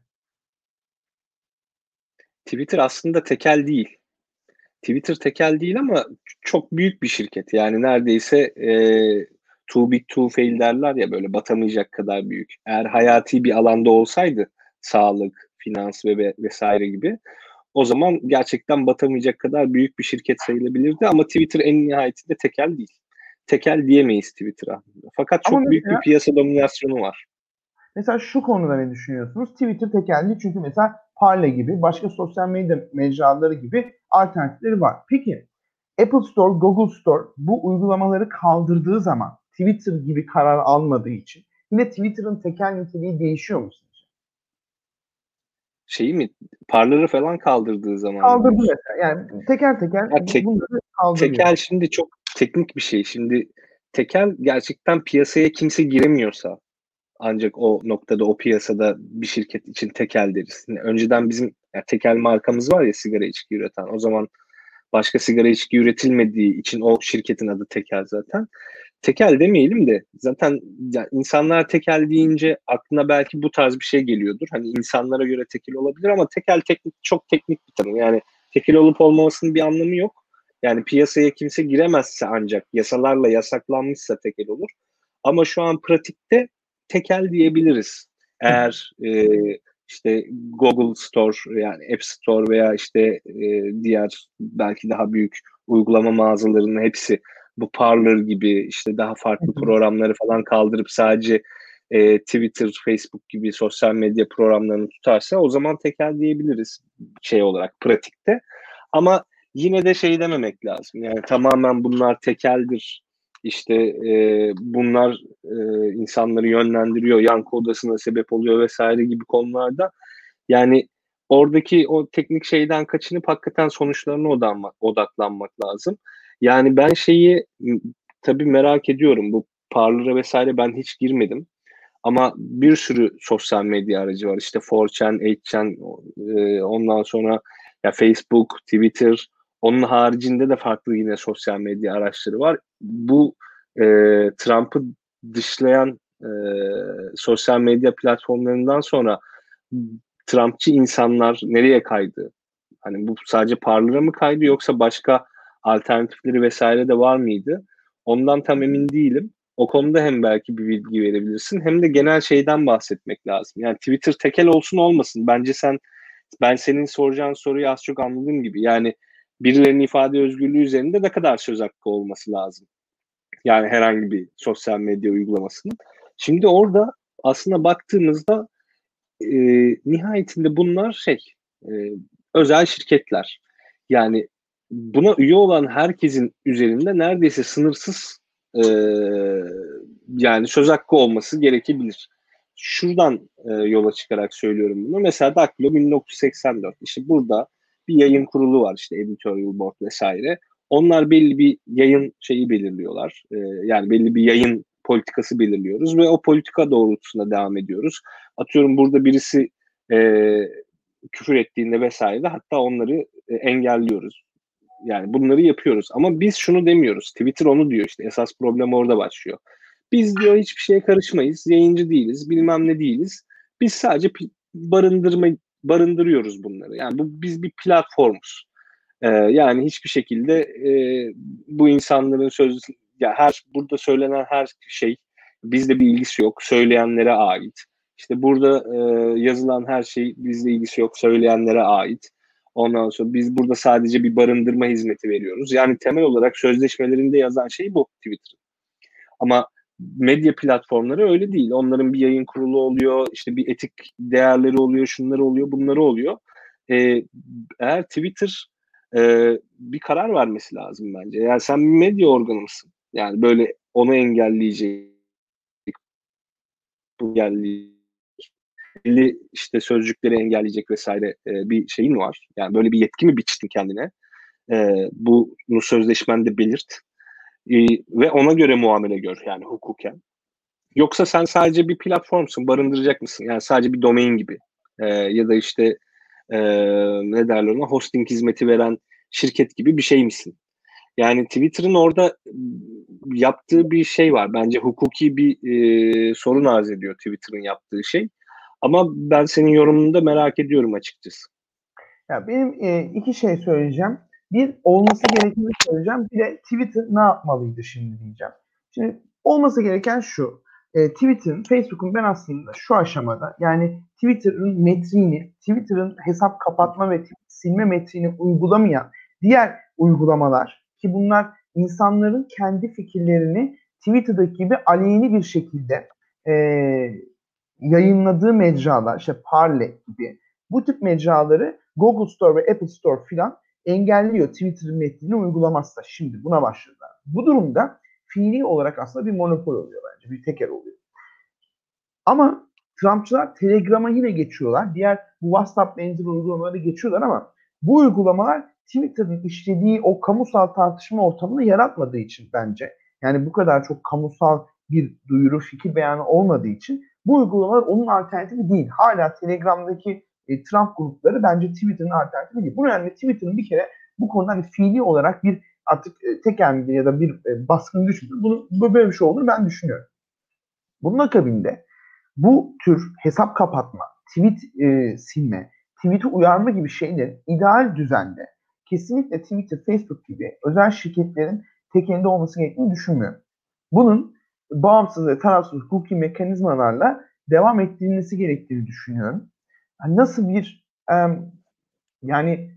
Twitter aslında tekel değil. Twitter tekel değil ama çok büyük bir şirket. Yani neredeyse e, too big to fail derler ya böyle batamayacak kadar büyük. Eğer hayati bir alanda olsaydı sağlık, finans ve ve- vesaire gibi o zaman gerçekten batamayacak kadar büyük bir şirket sayılabilirdi ama Twitter en nihayetinde tekel değil. Tekel diyemeyiz Twitter'a. Fakat Ama çok büyük bir mesela piyasa dominasyonu var. Mesela şu konuda ne düşünüyorsunuz? Twitter tekelli çünkü mesela Parler gibi başka sosyal medya mecraları gibi alternatifleri var. Peki Apple Store, Google Store bu uygulamaları kaldırdığı zaman Twitter gibi karar almadığı için yine Twitter'ın tekel niteliği değişiyor mu sizce? Şeyi mi Parler'ı falan kaldırdığı zaman mı Kaldırdı diyorsun? mesela. Yani teker teker Ya tek, bunları kaldırıyor. Tekel şimdi çok teknik bir şey. Şimdi tekel gerçekten piyasaya kimse giremiyorsa ancak o noktada o piyasada bir şirket için tekel deriz. Yani önceden bizim ya tekel markamız var ya sigara içki üreten. O zaman başka sigara içki üretilmediği için o şirketin adı tekel zaten. Tekel demeyelim de zaten ya insanlar tekel deyince aklına belki bu tarz bir şey geliyordur. Hani insanlara göre tekel olabilir ama tekel teknik çok teknik bir tanım. Yani tekel olup olmamasının bir anlamı yok. Yani piyasaya kimse giremezse ancak yasalarla yasaklanmışsa tekel olur. Ama şu an pratikte tekel diyebiliriz. Hı. Eğer e, işte Google Store yani App Store veya işte e, diğer belki daha büyük uygulama mağazalarının hepsi bu Parler gibi işte daha Hı farklı hı. programları falan kaldırıp sadece e, Twitter, Facebook gibi sosyal medya programlarını tutarsa o zaman tekel diyebiliriz şey olarak pratikte. Ama yine de şey dememek lazım. Yani tamamen bunlar tekeldir. İşte e, bunlar e, insanları yönlendiriyor, yankı odasına sebep oluyor vesaire gibi konularda. Yani oradaki o teknik şeyden kaçınıp hakikaten sonuçlarına odaklanmak, odaklanmak lazım. Yani ben şeyi tabii merak ediyorum. Bu Parler'a vesaire ben hiç girmedim. Ama bir sürü sosyal medya aracı var. İşte four chan, eight chan, e, ondan sonra ya Facebook, Twitter, onun haricinde de farklı yine sosyal medya araçları var. Bu e, Trump'ı dışlayan e, sosyal medya platformlarından sonra Trumpçı insanlar nereye kaydı? Hani bu sadece Parler'a mı kaydı yoksa başka alternatifleri vesaire de var mıydı? Ondan tam emin değilim. O konuda hem belki bir bilgi verebilirsin hem de genel şeyden bahsetmek lazım. Yani Twitter tekel olsun olmasın. Bence sen ben senin soracağın soruyu az çok anladığım gibi. Yani birilerinin ifade özgürlüğü üzerinde ne kadar söz hakkı olması lazım. Yani herhangi bir sosyal medya uygulamasının. Şimdi orada aslında baktığımızda e, nihayetinde bunlar şey e, özel şirketler. Yani buna üye olan herkesin üzerinde neredeyse sınırsız e, yani söz hakkı olması gerekebilir. şuradan e, yola çıkarak söylüyorum bunu. Mesela Daktilo bin dokuz yüz seksen dört. İşte burada bir yayın kurulu var, işte editorial board vesaire. Onlar belli bir yayın şeyi belirliyorlar. E, yani belli bir yayın politikası belirliyoruz ve o politika doğrultusunda devam ediyoruz. Atıyorum burada birisi e, küfür ettiğinde vesaire de hatta onları e, engelliyoruz. Yani bunları yapıyoruz. Ama biz şunu demiyoruz. Twitter onu diyor işte. Esas problem orada başlıyor. Biz diyor hiçbir şeye karışmayız. Yayıncı değiliz. Bilmem ne değiliz. Biz sadece barındırma barındırıyoruz bunları. Yani bu biz bir platformuz. Ee, yani hiçbir şekilde e, bu insanların sözü, ya her burada söylenen her şey bizle bir ilgisi yok. Söyleyenlere ait. İşte burada e, yazılan her şey bizle ilgisi yok. Söyleyenlere ait. Ondan sonra biz burada sadece bir barındırma hizmeti veriyoruz. Yani temel olarak sözleşmelerinde yazan şey bu Twitter. Ama medya platformları öyle değil. Onların bir yayın kurulu oluyor, işte bir etik değerleri oluyor, şunları oluyor, bunları oluyor. Ee, eğer Twitter e, bir karar vermesi lazım bence. Yani sen bir medya organı mısın? Yani böyle onu engelleyecek, engelleyecek, belli işte sözcükleri engelleyecek vesaire e, bir şeyin var. Yani böyle bir yetki mi biçtin kendine? E, bunu sözleşmende belirt. E, ve ona göre muamele gör yani hukuken. Yoksa sen sadece bir platformsun, barındıracak mısın? Yani sadece bir domain gibi. E, ya da işte e, ne derler ona, hosting hizmeti veren şirket gibi bir şey misin? Yani Twitter'ın orada yaptığı bir şey var. Bence hukuki bir e, sorun arz ediyor Twitter'ın yaptığı şey. Ama ben senin yorumunu da merak ediyorum açıkçası. Ya benim e, iki şey söyleyeceğim. Bir, olması gerekeni söyleyeceğim. Bir de Twitter ne yapmalıydı şimdi diyeceğim. Şimdi olması gereken şu. E, Twitter'ın, Facebook'un ben aslında şu aşamada yani Twitter'ın metrini, Twitter'ın hesap kapatma ve silme metrini uygulamayan diğer uygulamalar ki bunlar insanların kendi fikirlerini Twitter'daki gibi aleni bir şekilde e, yayınladığı mecralar, işte Parler gibi bu tip mecraları Google Store ve Apple Store filan engelliyor Twitter'ın metnini uygulamazsa. Şimdi buna başladılar. Bu durumda fiili olarak aslında bir monopol oluyor bence. Bir teker oluyor. Ama Trumpçılar Telegram'a yine geçiyorlar. Diğer bu WhatsApp benzeri uygulamaları geçiyorlar ama bu uygulamalar Twitter'ın işlediği o kamusal tartışma ortamını yaratmadığı için bence. Yani bu kadar çok kamusal bir duyuru, fikir beyanı olmadığı için bu uygulamalar onun alternatifi değil. Hala Telegram'daki e, Trump grupları bence Twitter'ın alternatifi değil. Bu nedenle Twitter'ın bir kere bu konuda hani fiili olarak bir artık e, tekel midir ya da bir e, baskın güç müdür? Bunu böyle bir şey olduğunu ben düşünüyorum. Bunun akabinde bu tür hesap kapatma, tweet e, silme, tweet'i uyarma gibi şeylerin ideal düzende kesinlikle Twitter, Facebook gibi özel şirketlerin tekelinde olması gerektiğini düşünmüyorum. Bunun bağımsız ve tarafsız hukuki mekanizmalarla devam ettirilmesi gerektiğini düşünüyorum. Yani nasıl bir e, yani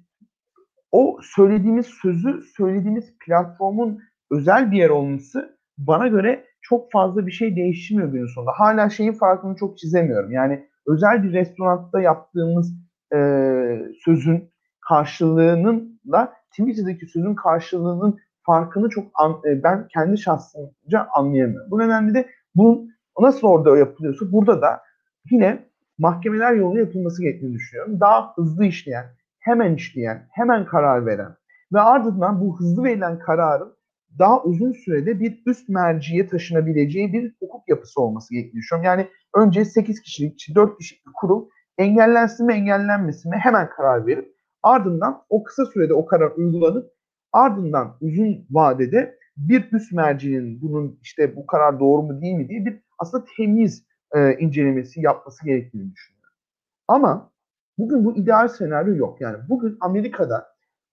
o söylediğimiz sözü söylediğimiz platformun özel bir yer olması bana göre çok fazla bir şey değişmiyor günün sonunda. Hala şeyin farkını çok çizemiyorum. Yani özel bir restoranda yaptığımız e, sözün karşılığınınla Twitter'daki sözün karşılığının farkını çok an, e, ben kendi şahsımca anlayamıyorum. Bu nedenle de bunun nasıl orada yapılıyorsa burada da yine mahkemeler yoluyla yapılması gerektiğini düşünüyorum. Daha hızlı işleyen, hemen işleyen, hemen karar veren ve ardından bu hızlı verilen kararın daha uzun sürede bir üst merciye taşınabileceği bir hukuk yapısı olması gerektiğini düşünüyorum. Yani önce sekiz kişilik, dört kişilik bir kurul engellensin mi engellenmesin mi hemen karar verip ardından o kısa sürede o karar uygulanıp ardından uzun vadede bir üst mercinin bunun işte bu karar doğru mu değil mi diye bir aslında temiz e, incelemesi yapması gerektiğini düşünüyorum. Ama bugün bu ideal senaryo yok. Yani bugün Amerika'da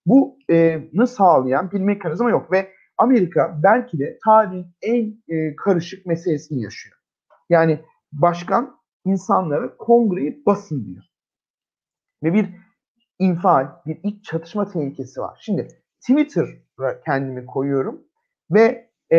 bunu sağlayan bir mekanizma yok ve Amerika belki de tarihin en e, karışık meselesini yaşıyor. Yani başkan insanlara kongreyi basın diyor. Ve bir infial, bir iç çatışma tehlikesi var. Şimdi Twitter'a kendimi koyuyorum ve e,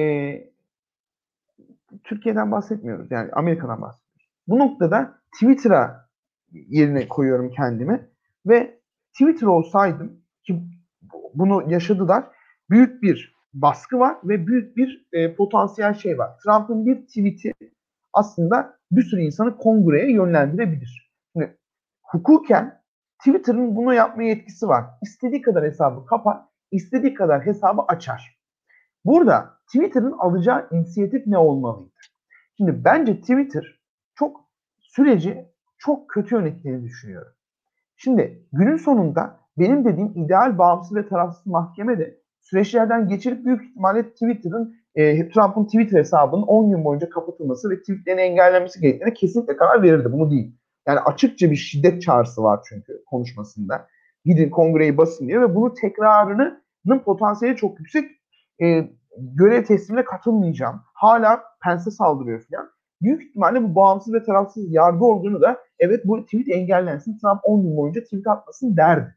Türkiye'den bahsetmiyoruz. Yani Amerika'dan bahsediyoruz. Bu noktada Twitter'a yerine koyuyorum kendimi ve Twitter olsaydım ki bunu yaşadılar. Büyük bir baskı var ve büyük bir e, potansiyel şey var. Trump'ın bir tweet'i aslında bir sürü insanı kongreye yönlendirebilir. Şimdi hukuken Twitter'ın bunu yapmaya yetkisi var. İstediği kadar hesabı kapar, istediği kadar hesabı açar. Burada Twitter'ın alacağı inisiyatif ne olmalıydı? Şimdi bence Twitter çok süreci çok kötü yönettiğini düşünüyorum. Şimdi günün sonunda benim dediğim ideal bağımsız ve tarafsız mahkeme de süreçlerden geçirip büyük ihtimalle Twitter'ın e, Trump'ın Twitter hesabının on gün boyunca kapatılması ve tweetlerin engellenmesi gerektiğine kesinlikle karar verirdi. Bunu değil. Yani açıkça bir şiddet çağrısı var çünkü konuşmasında. Gidin kongreyi basın diyor ve bunu tekrarının potansiyeli çok yüksek. E, görev teslimine katılmayacağım. Hala Pence'e saldırıyor falan. Büyük ihtimalle bu bağımsız ve tarafsız yargı organı da evet bu tweet engellensin, Trump on gün boyunca tweet atmasın derdi.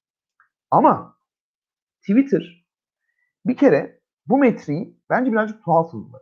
Ama Twitter bir kere bu metriği bence birazcık tuhaf uyguladı.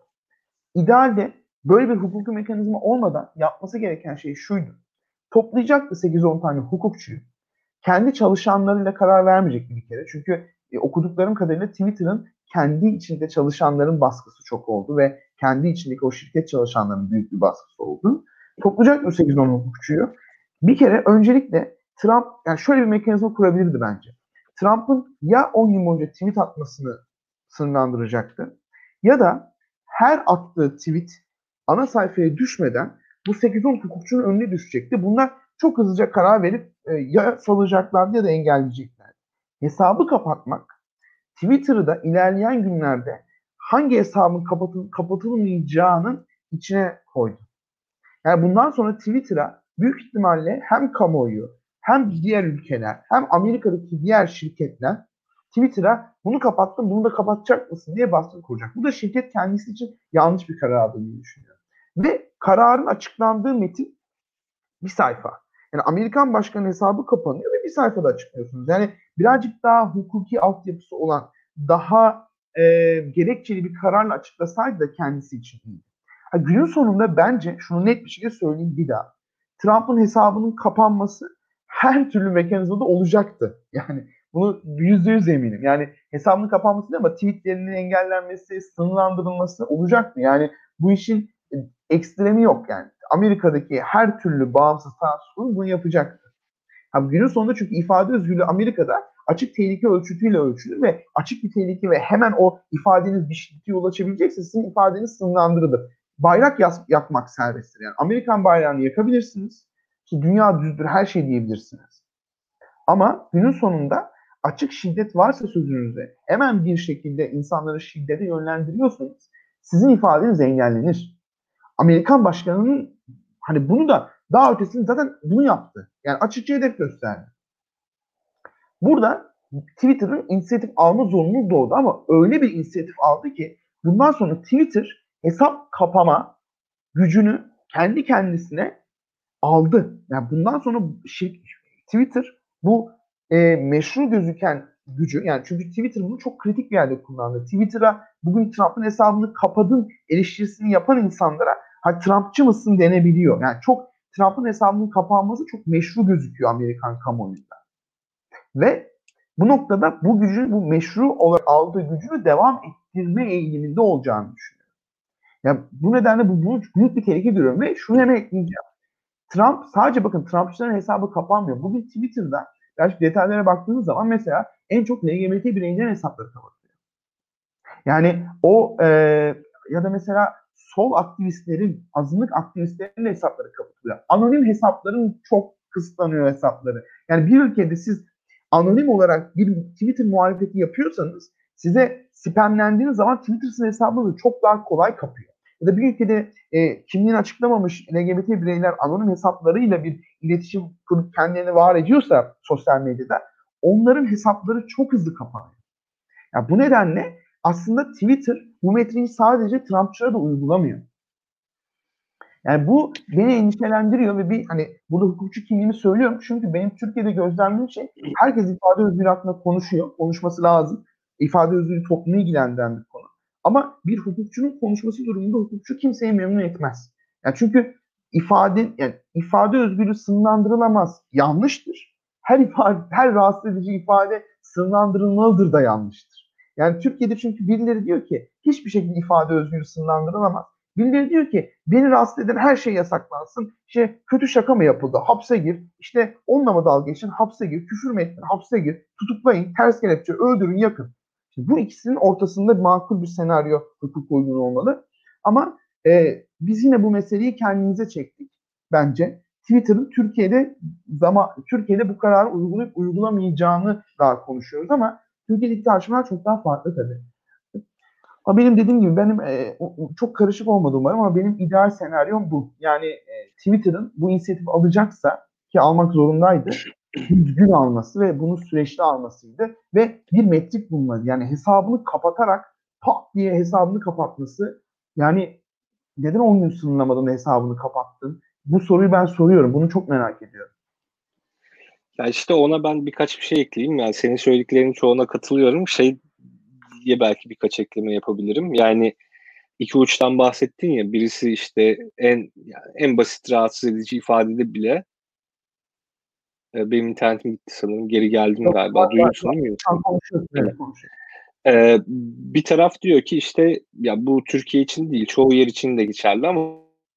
İdealde böyle bir hukuki mekanizma olmadan yapması gereken şey şuydu. Toplayacaktı sekiz on tane hukukçuyu. Kendi çalışanlarıyla karar vermeyecekti bir kere. Çünkü e, okuduklarım kadarıyla Twitter'ın kendi içinde çalışanların baskısı çok oldu ve kendi içindeki o şirket çalışanlarının büyük bir baskısı oldu. Toplayacak mı sekiz on hukukçuyu? Bir kere öncelikle Trump, yani şöyle bir mekanizma kurabilirdi bence. Trump'ın ya on gün boyunca tweet atmasını sınırlandıracaktı ya da her attığı tweet ana sayfaya düşmeden bu sekiz on hukukçunun önüne düşecekti. Bunlar çok hızlıca karar verip e, ya salacaklardı ya da engelleyeceklerdi. Hesabı kapatmak Twitter'ı da ilerleyen günlerde hangi hesabın kapatıl kapatılmayacağının içine koydu. Yani bundan sonra Twitter'a büyük ihtimalle hem kamuoyu hem diğer ülkeler hem Amerika'daki diğer şirketler Twitter'a bunu kapattım, bunu da kapatacak mısın diye baskı kuracak. Bu da şirket kendisi için yanlış bir karar aldığını düşünüyor. Ve kararın açıklandığı metin bir sayfa. Yani Amerikan başkanı hesabı kapanıyor ve bir sayfada açıklıyorsunuz. Yani birazcık daha hukuki altyapısı olan, daha e, gerekçeli bir kararla açıklasaydı da kendisi için iyi. Ha, günün sonunda bence şunu net bir şekilde söyleyeyim bir daha. Trump'ın hesabının kapanması her türlü mekanizmada olacaktı. Yani bunu yüzde yüz eminim. Yani hesabının kapanması değil ama tweetlerinin engellenmesi, sınırlandırılması olacaktı. Yani bu işin ekstremi yok yani. Amerika'daki her türlü bağımsız tarafsız kurum bunu yapacaktı. Ha, günün sonunda çünkü ifade özgürlüğü Amerika'da açık tehlike ölçütüyle ölçülür ve açık bir tehlike ve hemen o ifadeniz bir şiddete yol açabilecekse sizin ifadeniz sınırlandırılır. Bayrak yakmak serbesttir. Yani Amerikan bayrağını yakabilirsiniz. İşte dünya düzdür, her şey diyebilirsiniz. Ama günün sonunda açık şiddet varsa sözünüzde hemen bir şekilde insanları şiddete yönlendiriyorsanız sizin ifadeniz engellenir. Amerikan başkanının hani bunu da daha ötesinde zaten bunu yaptı. Yani açıkça hedef gösterdi. Burada Twitter'ın inisiyatif alma zorunluluğu doğdu ama öyle bir inisiyatif aldı ki bundan sonra Twitter hesap kapama gücünü kendi kendisine aldı. Yani bundan sonra Twitter bu e, meşru gözüken gücü, yani çünkü Twitter bunu çok kritik bir yerde kullandı. Twitter'a bugün Trump'ın hesabını kapadın eleştirisini yapan insanlara ha Trumpçı mısın denebiliyor. Yani çok Trump'ın hesabının kapanması çok meşru gözüküyor Amerikan kamuoyunda. Ve bu noktada bu gücün, bu meşru olarak aldığı gücünü devam ettirme eğiliminde olacağını düşünüyorum. Yani bu nedenle bu, bu büyük bir tehlike görüyorum ve şunu hemen ekleyeceğim. Trump sadece bakın Trumpçıların hesabı kapanmıyor. Bugün Twitter'da gerçi detaylara baktığınız zaman mesela en çok L G B T bireylerin hesapları kapatılıyor. Yani o e, ya da mesela sol aktivistlerin, azınlık aktivistlerin hesapları kapatılıyor. Anonim hesapların çok kısıtlanıyor hesapları. Yani bir ülkede siz anonim olarak bir Twitter muhalefeti yapıyorsanız size spamlendiğiniz zaman Twitter'ın hesabınızı çok daha kolay kapıyor. Ya da bir ülkede e, kimliğini açıklamamış L G B T bireyler anonim hesaplarıyla bir iletişim kurup kendilerini var ediyorsa sosyal medyada onların hesapları çok hızlı kapanıyor. Yani bu nedenle aslında Twitter bu metriği sadece Trumpçılara da uygulamıyor. Yani bu beni endişelendiriyor ve bir hani burada hukukçu kimliğimi söylüyorum çünkü benim Türkiye'de gözlemlediğim şey herkes ifade özgürlüğü hakkında konuşuyor, konuşması lazım. İfade özgürlüğü toplumu ilgilendiren bir konu. Ama bir hukukçunun konuşması durumunda hukukçu kimseyi memnun etmez. Yani çünkü ifade yani ifade özgürlüğü sınırlandırılamaz, yanlıştır. Her ifade, her rahatsız edici ifade sınırlandırılmalıdır da yanlıştır. Yani Türkiye'de çünkü birileri diyor ki hiçbir şekilde ifade özgürlüğü sınırlandırılamaz. Birileri diyor ki beni rahatsız eden her şey yasaklansın. İşte kötü şaka mı yapıldı? Hapse gir. İşte onunla mı dalga geçin? Hapse gir. Küfür mü ettin? Hapse gir. Tutuklayın. Ters kelepçe. Öldürün. Yakın. Şimdi bu ikisinin ortasında makul bir senaryo hukuk uygun olmalı. Ama e, biz yine bu meseleyi kendimize çektik bence. Twitter'ın Türkiye'de zaman Türkiye'de bu kararı uygulayıp uygulamayacağını daha konuşuyoruz ama Türkiye'deki tartışmalar çok daha farklı tabii. Ama benim dediğim gibi benim e, çok karışık olmadı umarım ama benim ideal senaryom bu. Yani e, Twitter'ın bu inisiyatifi alacaksa ki almak zorundaydı. Düzgün alması ve bunu süreçli almasıydı. Ve bir metrik bulmalı. Yani hesabını kapatarak pat diye hesabını kapatması. Yani neden on gün sınırlamadan hesabını kapattın? Bu soruyu ben soruyorum. Bunu çok merak ediyorum. Ya işte ona ben birkaç bir şey ekleyeyim. Yani senin söylediklerinin çoğuna katılıyorum. Şey diye belki birkaç ekleme yapabilirim. Yani iki uçtan bahsettin ya. Birisi işte en yani en basit rahatsız edici ifadede bile e, benim internetim gitti sanırım. Geri geldim Yok, galiba. var, Duyuyor var, musun var. değil mi? Şu an konuşuyoruz. Tamam. Evet, konuşuyoruz. Ee, bir taraf diyor ki işte ya bu Türkiye için değil, çoğu yer için de geçerli ama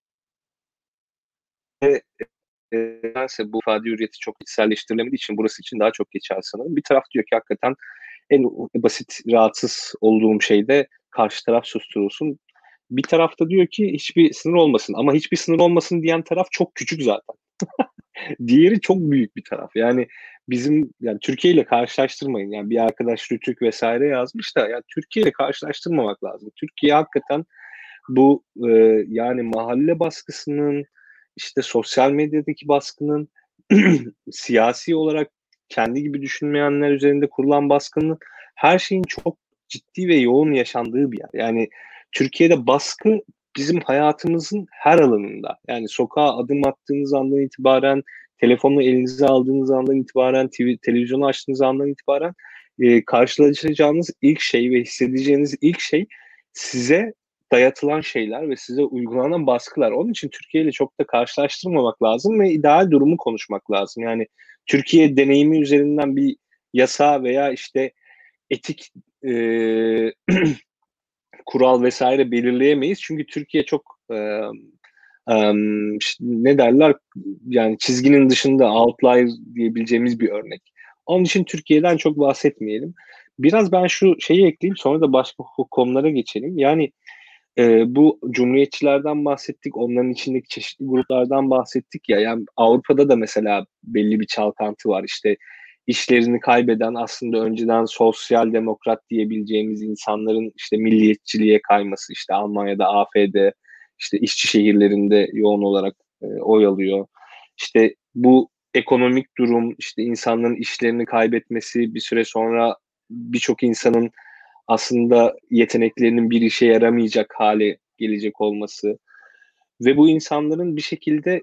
e, nedense bu ifade hürriyeti çok içselleştirilemediği için burası için daha çok geçerli sanırım. Bir taraf diyor ki hakikaten en basit rahatsız olduğum şeyde karşı taraf susturulsun. Bir tarafta diyor ki hiçbir sınır olmasın ama hiçbir sınır olmasın diyen taraf çok küçük zaten. Diğeri çok büyük bir taraf. Yani bizim yani Türkiye ile karşılaştırmayın. Yani bir arkadaş Rütük vesaire yazmış da yani Türkiye ile karşılaştırmamak lazım. Türkiye hakikaten bu e, yani mahalle baskısının işte sosyal medyadaki baskının siyasi olarak kendi gibi düşünmeyenler üzerinde kurulan baskının her şeyin çok ciddi ve yoğun yaşandığı bir yer. Yani Türkiye'de baskı bizim hayatımızın her alanında. Yani sokağa adım attığınız andan itibaren, telefonu elinize aldığınız andan itibaren, T V, televizyonu açtığınız andan itibaren e, karşılaşacağınız ilk şey ve hissedeceğiniz ilk şey size dayatılan şeyler ve size uygulanan baskılar. Onun için Türkiye ile çok da karşılaştırmamak lazım ve ideal durumu konuşmak lazım. Yani Türkiye deneyimi üzerinden bir yasa veya işte etik e, kural vesaire belirleyemeyiz. Çünkü Türkiye çok e, e, ne derler yani çizginin dışında outlier diyebileceğimiz bir örnek. Onun için Türkiye'den çok bahsetmeyelim. Biraz ben şu şeyi ekleyeyim sonra da başka konulara geçelim. Yani e, bu cumhuriyetçilerden bahsettik, onların içindeki çeşitli gruplardan bahsettik ya. Yani Avrupa'da da mesela belli bir çalkantı var. İşte işlerini kaybeden aslında önceden sosyal demokrat diyebileceğimiz insanların işte milliyetçiliğe kayması, işte Almanya'da A F D, işte işçi şehirlerinde yoğun olarak e, oy alıyor. İşte bu ekonomik durum, işte insanların işlerini kaybetmesi, bir süre sonra birçok insanın aslında yeteneklerinin bir işe yaramayacak hale gelecek olması ve bu insanların bir şekilde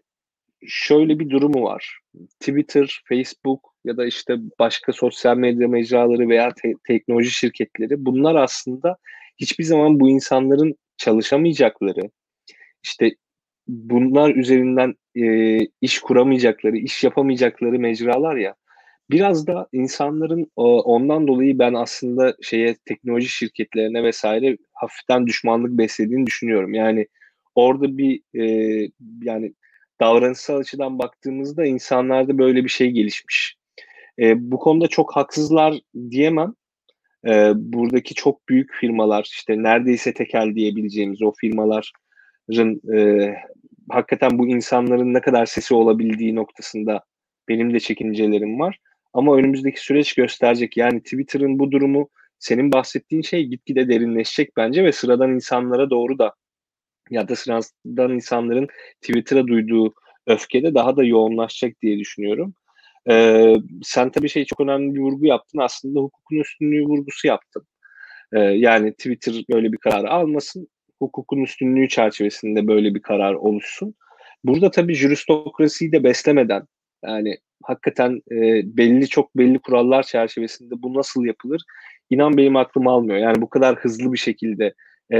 şöyle bir durumu var. Twitter, Facebook ya da işte başka sosyal medya mecraları veya te- teknoloji şirketleri bunlar aslında hiçbir zaman bu insanların çalışamayacakları, işte bunlar üzerinden e, iş kuramayacakları, iş yapamayacakları mecralar ya. Biraz da insanların ondan dolayı ben aslında şeye teknoloji şirketlerine vesaire hafiften düşmanlık beslediğini düşünüyorum. Yani orada bir e, yani davranışsal açıdan baktığımızda insanlarda böyle bir şey gelişmiş. E, bu konuda çok haksızlar diyemem. E, buradaki çok büyük firmalar işte neredeyse tekel diyebileceğimiz o firmaların e, hakikaten bu insanların ne kadar sesi olabildiği noktasında benim de çekincelerim var. Ama önümüzdeki süreç gösterecek. Yani Twitter'ın bu durumu senin bahsettiğin şey gitgide derinleşecek bence ve sıradan insanlara doğru da ya da sıradan insanların Twitter'a duyduğu öfkede daha da yoğunlaşacak diye düşünüyorum. Ee, sen tabii şey çok önemli bir vurgu yaptın. Aslında hukukun üstünlüğü vurgusu yaptın. Ee, yani Twitter böyle bir karar almasın, hukukun üstünlüğü çerçevesinde böyle bir karar oluşsun. Burada tabii juristokrasiyi de beslemeden, yani hakikaten e, belli çok belli kurallar çerçevesinde bu nasıl yapılır? İnan benim aklım almıyor. Yani bu kadar hızlı bir şekilde e,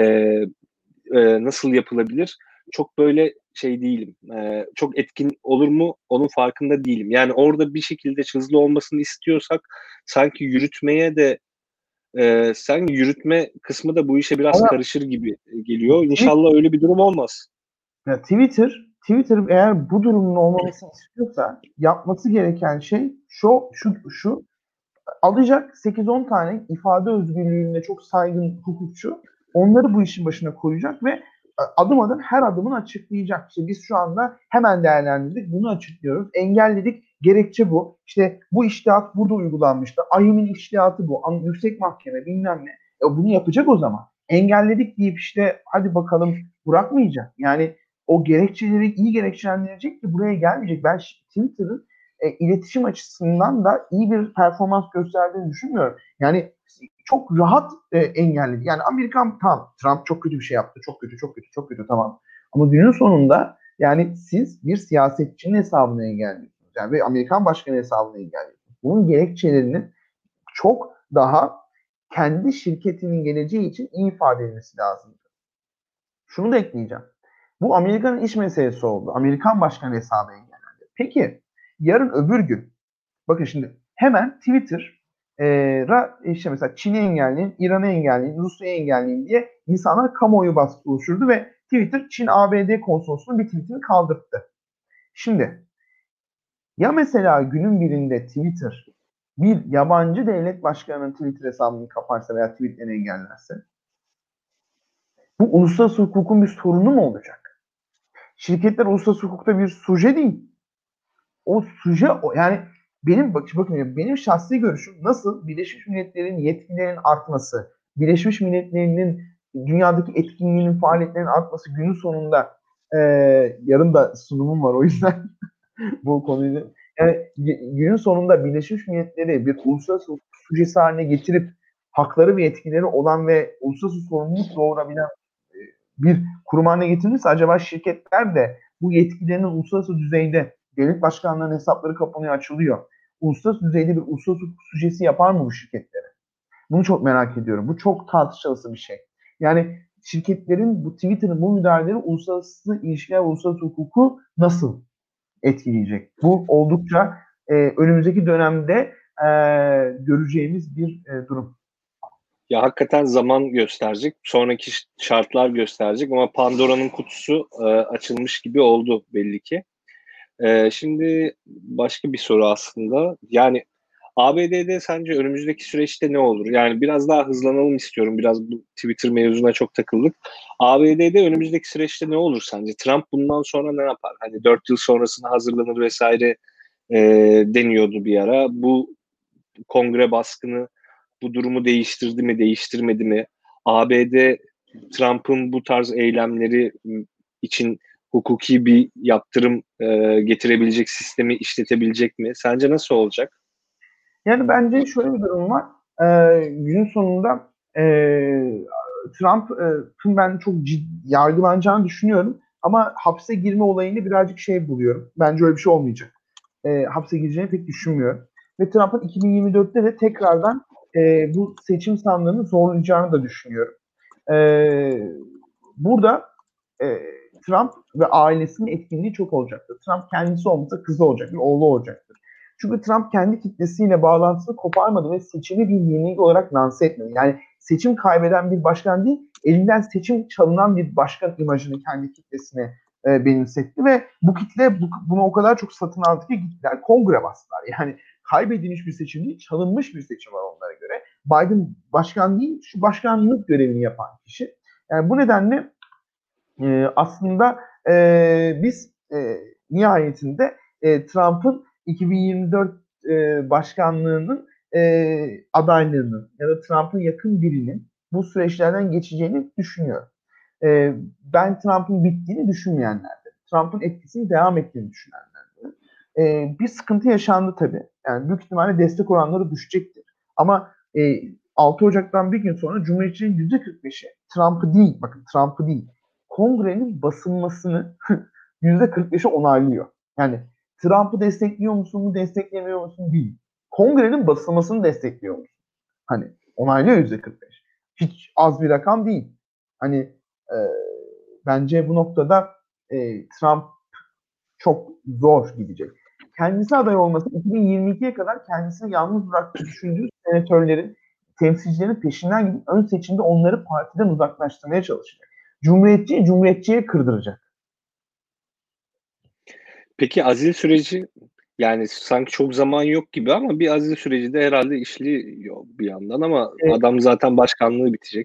e, nasıl yapılabilir? Çok böyle şey değilim. E, çok etkin olur mu? Onun farkında değilim. Yani orada bir şekilde hızlı olmasını istiyorsak sanki yürütmeye de Ee, sen yürütme kısmı da bu işe biraz Ama karışır gibi geliyor. İnşallah öyle bir durum olmaz. ya Twitter, Twitter eğer bu durumun olmamasını istiyorsa yapması gereken şey şu, şu, şu alacak sekiz on tane ifade özgürlüğüne çok saygın hukukçu, onları bu işin başına koyacak ve adım adım her adımını açıklayacak. İşte biz şu anda hemen değerlendirdik, bunu açıklıyoruz, engelledik, gerekçe bu. İşte bu içtihat burada uygulanmıştı. A Y M'in içtihatı bu. Yüksek Mahkeme bilmem ne. E bunu yapacak o zaman. Engelledik deyip işte hadi bakalım bırakmayacak. Yani o gerekçeleri iyi gerekçelendirecek ki buraya gelmeyecek. Ben Twitter'ın e, iletişim açısından da iyi bir performans gösterdiğini düşünmüyorum. Yani çok rahat e, engelledi. Yani Amerikan tamam Trump çok kötü bir şey yaptı. Çok kötü, çok kötü, çok kötü tamam. Ama günün sonunda yani siz bir siyasetçinin hesabını engelliyorsunuz. Yani bir Amerikan başkanı hesabını engelliyorsunuz. Bunun gerekçelerinin çok daha kendi şirketinin geleceği için iyi ifade edilmesi lazım. Şunu da ekleyeceğim. Bu Amerika'nın iş meselesi oldu. Amerikan başkanı hesabı engellendi. Peki yarın öbür gün bakın şimdi hemen Twitter e, ra, işte mesela Çin'i engelleyin, İran'ı engelleyin, Rusya'yı engelleyin diye insanlar kamuoyu baskısı oluşturdu ve Twitter Çin A B D konsolosunun bir tweetini kaldırdı. Şimdi ya mesela günün birinde Twitter bir yabancı devlet başkanının Twitter hesabını kaparsa veya tweetlerini engellerse bu uluslararası hukukun bir sorunu mu olacak? Şirketler uluslararası hukukta bir suje değil. O suje yani benim bak bakın benim şahsi görüşüm nasıl Birleşmiş Milletler'in yetkilerinin artması, Birleşmiş Milletler'in dünyadaki etkinliğinin faaliyetlerinin artması günün sonunda e, yarın da sunumum var o yüzden bu konuyu yani günün sonunda Birleşmiş Milletler'i bir uluslararası hukuk sujesi haline getirip hakları ve yetkileri olan ve uluslararası sorumluluk doğurabilen e, bir kurum haline getirirse acaba şirketler de bu yetkilerinin uluslararası düzeyde devlet başkanlarının hesapları kapanıyor, açılıyor. Uluslararası düzeyde bir uluslararası hukuk sujesi yapar mı bu şirketlere? Bunu çok merak ediyorum. Bu çok tartışılası bir şey. Yani şirketlerin bu Twitter'ın bu müdahaleleri uluslararası ilişkiler, uluslararası hukuku nasıl etkileyecek? Bu oldukça e, önümüzdeki dönemde e, göreceğimiz bir e, durum. Ya hakikaten zaman gösterecek, sonraki şartlar gösterecek ama Pandora'nın kutusu e, açılmış gibi oldu belli ki. E, şimdi başka bir soru aslında. Yani A B D'de sence önümüzdeki süreçte ne olur? Yani biraz daha hızlanalım istiyorum. Biraz bu Twitter mevzuna çok takıldık. A B D'de önümüzdeki süreçte ne olur sence? Trump bundan sonra ne yapar? Hani dört yıl sonrasına hazırlanır vesaire e, deniyordu bir ara. Bu kongre baskını bu durumu değiştirdi mi, değiştirmedi mi? A B D Trump'ın bu tarz eylemleri için hukuki bir yaptırım e, getirebilecek sistemi işletebilecek mi? Sence nasıl olacak? Yani bence şöyle bir durum var. Ee, günün sonunda e, Trump'ın ben çok ciddi yargılanacağını düşünüyorum. Ama hapse girme olayını birazcık şey buluyorum. Bence öyle bir şey olmayacak. E, hapse gireceğini pek düşünmüyorum. Ve Trump'ın iki bin yirmi dörtte de tekrardan e, bu seçim sandığını zorlayacağını da düşünüyorum. E, burada e, Trump ve ailesinin etkinliği çok olacaktır. Trump kendisi olmasa kızı olacaktır, oğlu olacaktır. Çünkü Trump kendi kitlesiyle bağlantısını koparmadı ve seçimi bir yenilik olarak lanse etmedi. Yani seçim kaybeden bir başkan değil, elinden seçim çalınan bir başkan imajını kendi kitlesine e, benimsetti ve bu kitle bu, bunu o kadar çok satın aldı ki gittiler kongre bastılar. Yani kaybedilmiş bir seçim değil, çalınmış bir seçim var onlara göre. Biden başkan değil, şu başkanlık görevini yapan kişi. Yani bu nedenle e, aslında e, biz e, nihayetinde e, Trump'ın iki bin yirmi dört e, başkanlığının e, adaylığının ya da Trump'ın yakın birinin bu süreçlerden geçeceğini düşünüyorum. E, ben Trump'ın bittiğini düşünmeyenlerden, Trump'ın etkisinin devam ettiğini düşünenlerden. E, bir sıkıntı yaşandı tabii. Yani büyük ihtimalle destek oranları düşecektir. Ama e, altı Ocak'tan bir gün sonra Cumhuriyetçilerin yüzde kırk beşi Trump'ı değil, bakın Trump'ı değil, kongrenin basılmasını yüzde kırk beşi onaylıyor. Yani Trump'ı destekliyor musun, desteklemiyor musun değil. Kongrenin basılmasını destekliyor musun? Hani onaylıyor yüzde kırk beş. Hiç az bir rakam değil. Hani e, bence bu noktada e, Trump çok zor gidecek. Kendisi aday olması iki bin yirmi ikiye kadar kendisini yalnız bıraktığı düşündüğü senatörlerin temsilcilerin peşinden gidip ön seçimde onları partiden uzaklaştırmaya çalışacak. Cumhuriyetçiyi cumhuriyetçiye kırdıracak. Peki azil süreci, yani sanki çok zaman yok gibi ama bir azil süreci de herhalde işliyor bir yandan ama E, adam zaten başkanlığı bitecek.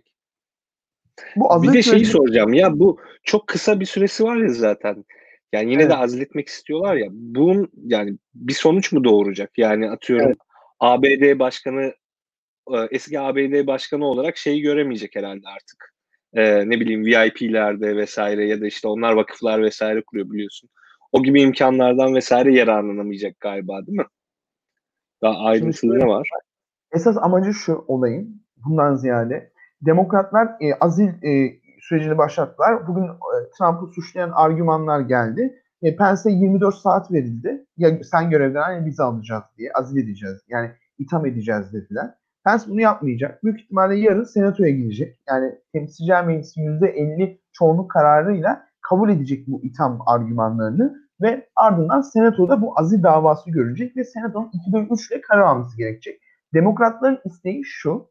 bu Bir azil de şeyi süreci soracağım ya, bu çok kısa bir süresi var ya zaten. Yani yine de evet, azletmek istiyorlar ya. Bunun yani bir sonuç mu doğuracak? Yani evet. atıyorum A B D başkanı, e, eski A B D başkanı olarak şeyi göremeyecek herhalde artık. Ee, ne bileyim V I P'lerde vesaire ya da işte onlar vakıflar vesaire kuruyor biliyorsun. O gibi imkanlardan vesaire yararlanamayacak galiba, değil mi? Daha Şimdi ayrıntılı şöyle, ne var? esas amacı şu olayın, bundan ziyade demokratlar e, azil e, sürecini başlattılar. Bugün e, Trump'ı suçlayan argümanlar geldi. E, Pence'e yirmi dört saat verildi. Ya sen görevden hani bizi alacağız diye, azil edeceğiz. Yani itham edeceğiz dediler. Pence bunu yapmayacak. Büyük ihtimalle yarın senatoya gidecek. Yani temsilciler meclisi yüzde elli çoğunluk kararıyla kabul edecek bu itham argümanlarını ve ardından senatoda bu azil davası görülecek ve senatonun ikide üç ile karar alması gerekecek. Demokratların isteği şu: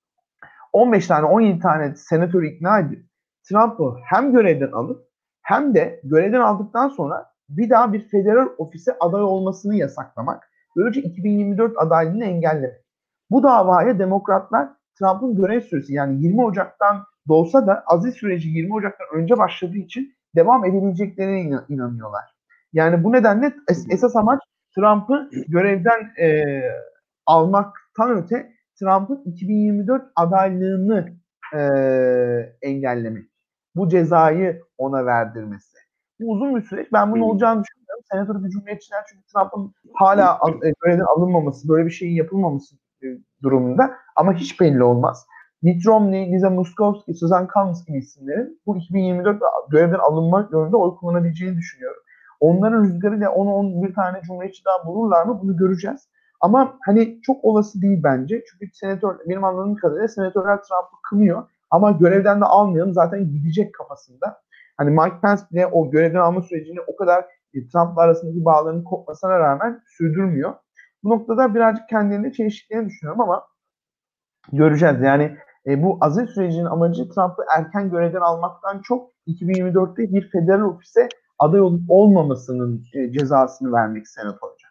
on beş tane on yedi tane senatörü ikna edip Trump'ı hem görevden alıp hem de görevden aldıktan sonra bir daha bir federal ofise aday olmasını yasaklamak. Böylece iki bin yirmi dört adaylığını engellemek. Bu davaya demokratlar Trump'ın görev süresi yani yirmi Ocak'tan doğsa da aziz süreci yirmi Ocak'tan önce başladığı için devam edebileceklerine inanıyorlar. Yani bu nedenle es- esas amaç Trump'ı görevden e, almaktan öte Trump'ın iki bin yirmi dört adaylığını e, engellemek. Bu cezayı ona verdirmesi. Bu uzun bir süreç. Ben bunun Hmm. olacağını düşünmüyorum. Senatör Cumhuriyetçiler çünkü Trump'ın hala e, görevden alınmaması, böyle bir şeyin yapılmaması e, durumunda ama hiç belli olmaz. Mitt Romney, Lisa Murkowski, Susan Collins gibi isimlerin bu iki bin yirmi dört görevden alınma yönünde oy kullanabileceğini düşünüyorum. Onların rüzgarıyla onu on bir tane cumhuriyetçi daha bulurlar mı bunu göreceğiz. Ama hani çok olası değil bence. Çünkü senatör, benim anladığım kadarıyla senatörler Trump'ı kınıyor. Ama görevden de almayalım zaten gidecek kafasında. Hani Mike Pence bile o görevden alma sürecini o kadar e, Trump'la arasındaki bağların kopmasına rağmen sürdürmüyor. Bu noktada birazcık kendilerini çeliştiklerini düşünüyorum ama göreceğiz. Yani e, bu azil sürecinin amacı Trump'ı erken görevden almaktan çok iki bin yirmi dörtte bir federal ofise aday olup olmamasının e, cezasını vermek senatörce.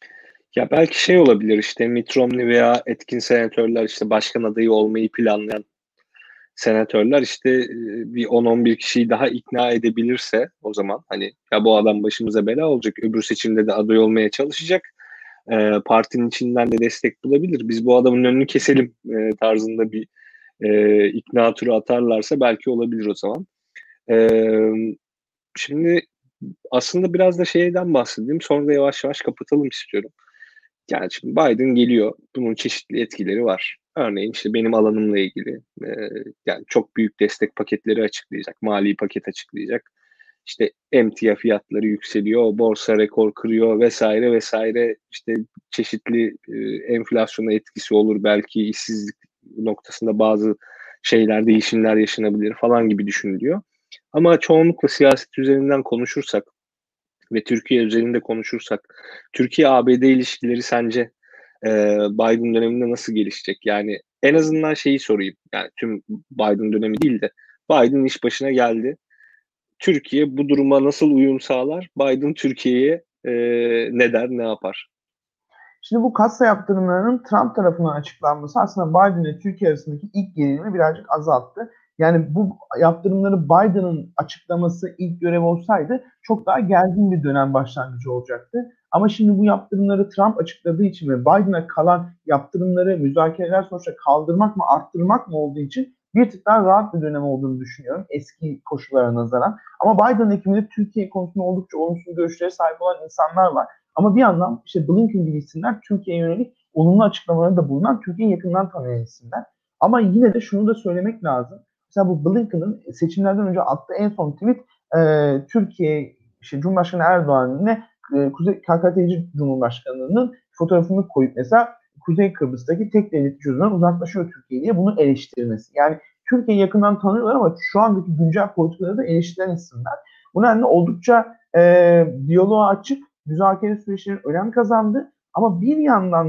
Ya belki şey olabilir, işte Mitt Romney veya etkin senatörler, işte başkan adayı olmayı planlayan senatörler işte e, bir on on bir kişiyi daha ikna edebilirse o zaman hani ya bu adam başımıza bela olacak, öbür seçimde de aday olmaya çalışacak, e, partinin içinden de destek bulabilir, biz bu adamın önünü keselim e, tarzında bir e, ikna turu atarlarsa belki olabilir o zaman. E, Şimdi aslında biraz da şeyden bahsedeyim, sonra da yavaş yavaş kapatalım istiyorum. Yani şimdi Biden geliyor. Bunun çeşitli etkileri var. Örneğin işte benim alanımla ilgili e, yani çok büyük destek paketleri açıklayacak. Mali paket açıklayacak. İşte emtia fiyatları yükseliyor, borsa rekor kırıyor vesaire vesaire. İşte çeşitli e, enflasyona etkisi olur, belki işsizlik noktasında bazı şeyler, değişimler yaşanabilir falan gibi düşünülüyor. Ama çoğunlukla siyaset üzerinden konuşursak ve Türkiye üzerinde konuşursak, Türkiye-A B D ilişkileri sence e, Biden döneminde nasıl gelişecek? Yani en azından şeyi sorayım. Yani tüm Biden dönemi değil de Biden iş başına geldi. Türkiye bu duruma nasıl uyum sağlar? Biden Türkiye'ye e, ne der, ne yapar? Şimdi bu kassa yaptırımlarının Trump tarafından açıklanması aslında Biden ile Türkiye arasındaki ilk gerilimi birazcık azalttı. Yani bu yaptırımları Biden'ın açıklaması ilk görev olsaydı çok daha gergin bir dönem başlangıcı olacaktı. Ama şimdi bu yaptırımları Trump açıkladığı için ve Biden'a kalan yaptırımları müzakereler sonuçta kaldırmak mı arttırmak mı olduğu için bir tık daha rahat bir dönem olduğunu düşünüyorum eski koşullara nazaran. Ama Biden ekibinde Türkiye konusunda oldukça olumsuz görüşlere sahip olan insanlar var. Ama bir yandan işte Blinken gibi isimler Türkiye'ye yönelik olumlu açıklamalarda bulunan Türkiye'yi yakından tanıyan isimler. Ama yine de şunu da söylemek lazım. Mesela bu Blinken'ın seçimlerden önce attığı en son tweet e, Türkiye işte Cumhurbaşkanı Erdoğan'ın ne e, Kuzey K K T C Cumhurbaşkanlığının fotoğrafını koyup mesela Kuzey Kıbrıs'taki tek devletli çözümden uzaklaşıyor Türkiye diye bunu eleştirmesi. Yani Türkiye'yi yakından tanıyorlar ama şu andaki güncel politikaları da eleştiren isimler. Bu nedenle oldukça e, diyaloğa açık müzakere süreçleri önem kazandı. Ama bir yandan da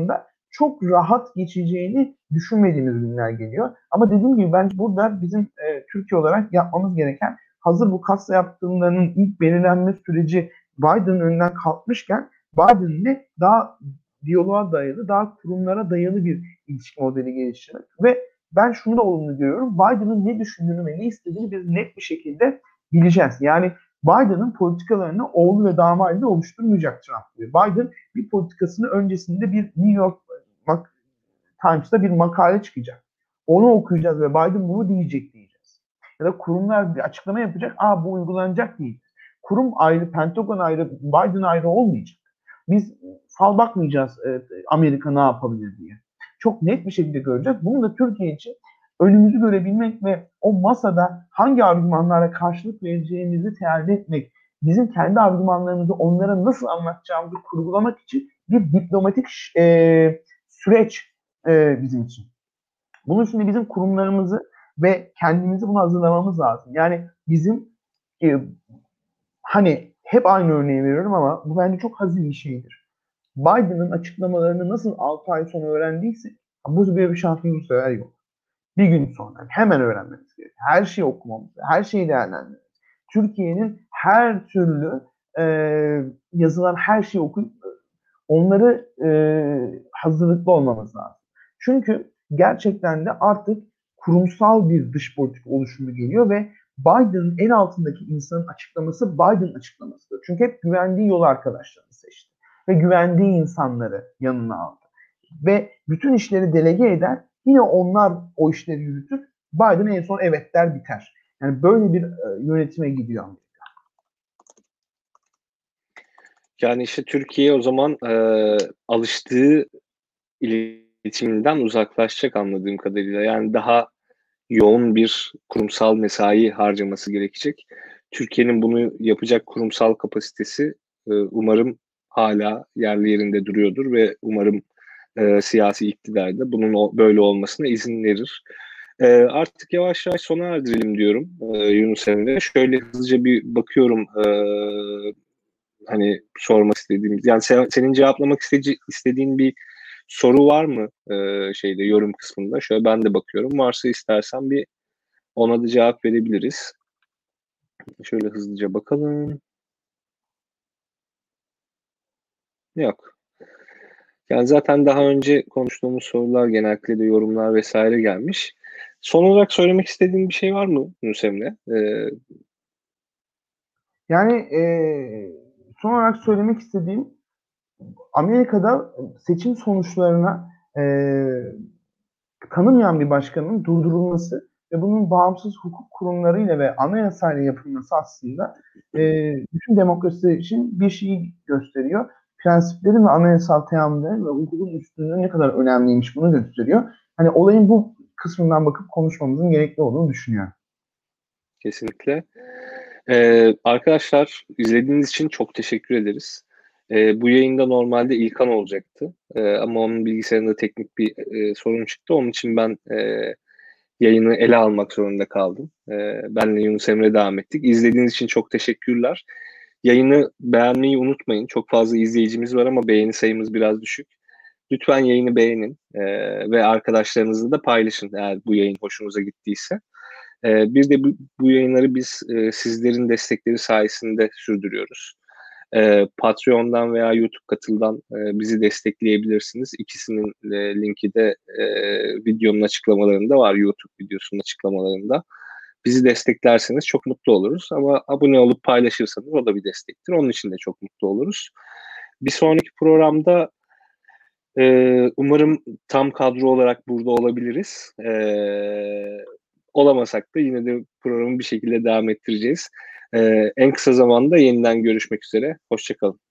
çok rahat geçeceğini düşünmediğimiz günler geliyor. Ama dediğim gibi bence burada bizim e, Türkiye olarak yapmamız gereken, hazır bu kasa yaptırımlarının ilk belirlenme süreci Biden'ın önünden kalkmışken Biden'le daha diyaloğa dayalı, daha kurumlara dayalı bir ilişki modeli geliştirmek. Ve ben şunu da olumlu görüyorum. Biden'ın ne düşündüğünü ve ne istediğini biz net bir şekilde bileceğiz. Yani Biden'ın politikalarını oğlu ve damadıyla oluşturmayacak Trump diyor. Biden bir politikasını öncesinde bir New York Times'ta bir makale çıkacak. Onu okuyacağız ve Biden bunu diyecek diyeceğiz. Ya da kurumlar bir açıklama yapacak. Aa bu uygulanacak değil. Kurum ayrı, Pentagon ayrı, Biden ayrı olmayacak. Biz fal bakmayacağız e, Amerika ne yapabilir diye. Çok net bir şekilde göreceğiz. Bunu da Türkiye için önümüzü görebilmek ve o masada hangi argümanlara karşılık vereceğimizi teallü etmek, bizim kendi argümanlarımızı onlara nasıl anlatacağımızı kurgulamak için bir diplomatik e, süreç e, bizim için. Bunun için de bizim kurumlarımızı ve kendimizi buna hazırlamamız lazım. Yani bizim e, hani hep aynı örneği veriyorum ama bu bence çok hazin bir şeydir. Biden'ın açıklamalarını nasıl altı ay sonra öğrendiysek bu böyle bir şansımız bu sefer yok. Bir gün sonra hemen öğrenmemiz gerekiyor. Her şeyi okumamız, her şeyi değerlendirmemiz. Türkiye'nin her türlü e, yazılan her şeyi okuyup onları e, hazırlıklı olmamız lazım. Çünkü gerçekten de artık kurumsal bir dış politika oluşumu geliyor ve Biden'ın en altındaki insanın açıklaması Biden açıklamasıdır. Çünkü hep güvendiği yol arkadaşlarını seçti. Ve güvendiği insanları yanına aldı. Ve bütün işleri delege eder, yine onlar o işleri yürütür. Biden en son evet der biter. Yani böyle bir e, yönetime gidiyor Amerika. Yani işte Türkiye o zaman e, alıştığı iletişiminden uzaklaşacak anladığım kadarıyla. Yani daha yoğun bir kurumsal mesai harcaması gerekecek. Türkiye'nin bunu yapacak kurumsal kapasitesi e, umarım hala yerli yerinde duruyordur ve umarım e, siyasi iktidar da bunun o, böyle olmasına izin verir. E, artık yavaş yavaş sona erdirelim diyorum e, Yunus Emre. Şöyle hızlıca bir bakıyorum e, hani sormak istediğimiz, yani sen, senin cevaplamak istedi, istediğin bir soru var mı e, şeyde yorum kısmında? Şöyle ben de bakıyorum. Varsa istersen bir ona da cevap verebiliriz. Şöyle hızlıca bakalım. Yok. Yani zaten daha önce konuştuğumuz sorular, genellikle de yorumlar vesaire gelmiş. Son olarak söylemek istediğin bir şey var mı Yunus Emre? Ee, Yani e, son olarak söylemek istediğim, Amerika'da seçim sonuçlarına e, tanımayan bir başkanın durdurulması ve bunun bağımsız hukuk kurumlarıyla ve anayasayla yapılması aslında e, bütün demokrasi için bir şeyi gösteriyor. Prensiplerin ve anayasal teamüllerin ve hukukun üstünlüğü ne kadar önemliymiş bunu gösteriyor. Hani olayın bu kısmından bakıp konuşmamızın gerekli olduğunu düşünüyorum. Kesinlikle. Ee, arkadaşlar izlediğiniz için çok teşekkür ederiz. Ee, bu yayında normalde İlkan olacaktı. Ee, ama onun bilgisayarında teknik bir e, sorun çıktı. Onun için ben e, yayını ele almak zorunda kaldım. Ee, benle Yunus Emre devam ettik. İzlediğiniz için çok teşekkürler. Yayını beğenmeyi unutmayın. Çok fazla izleyicimiz var ama beğeni sayımız biraz düşük. Lütfen yayını beğenin e, ve arkadaşlarınızla da paylaşın eğer bu yayın hoşunuza gittiyse. E, bir de bu, bu yayınları biz e, sizlerin destekleri sayesinde sürdürüyoruz. E, Patreon'dan veya YouTube Katıl'dan e, bizi destekleyebilirsiniz. İkisinin e, linki de e, videonun açıklamalarında var, YouTube videosunun açıklamalarında. Bizi desteklerseniz çok mutlu oluruz. Ama abone olup paylaşırsanız o da bir destektir. Onun için de çok mutlu oluruz. Bir sonraki programda e, umarım tam kadro olarak burada olabiliriz. E, olamasak da yine de programı bir şekilde devam ettireceğiz. E, en kısa zamanda yeniden görüşmek üzere. Hoşça kalın.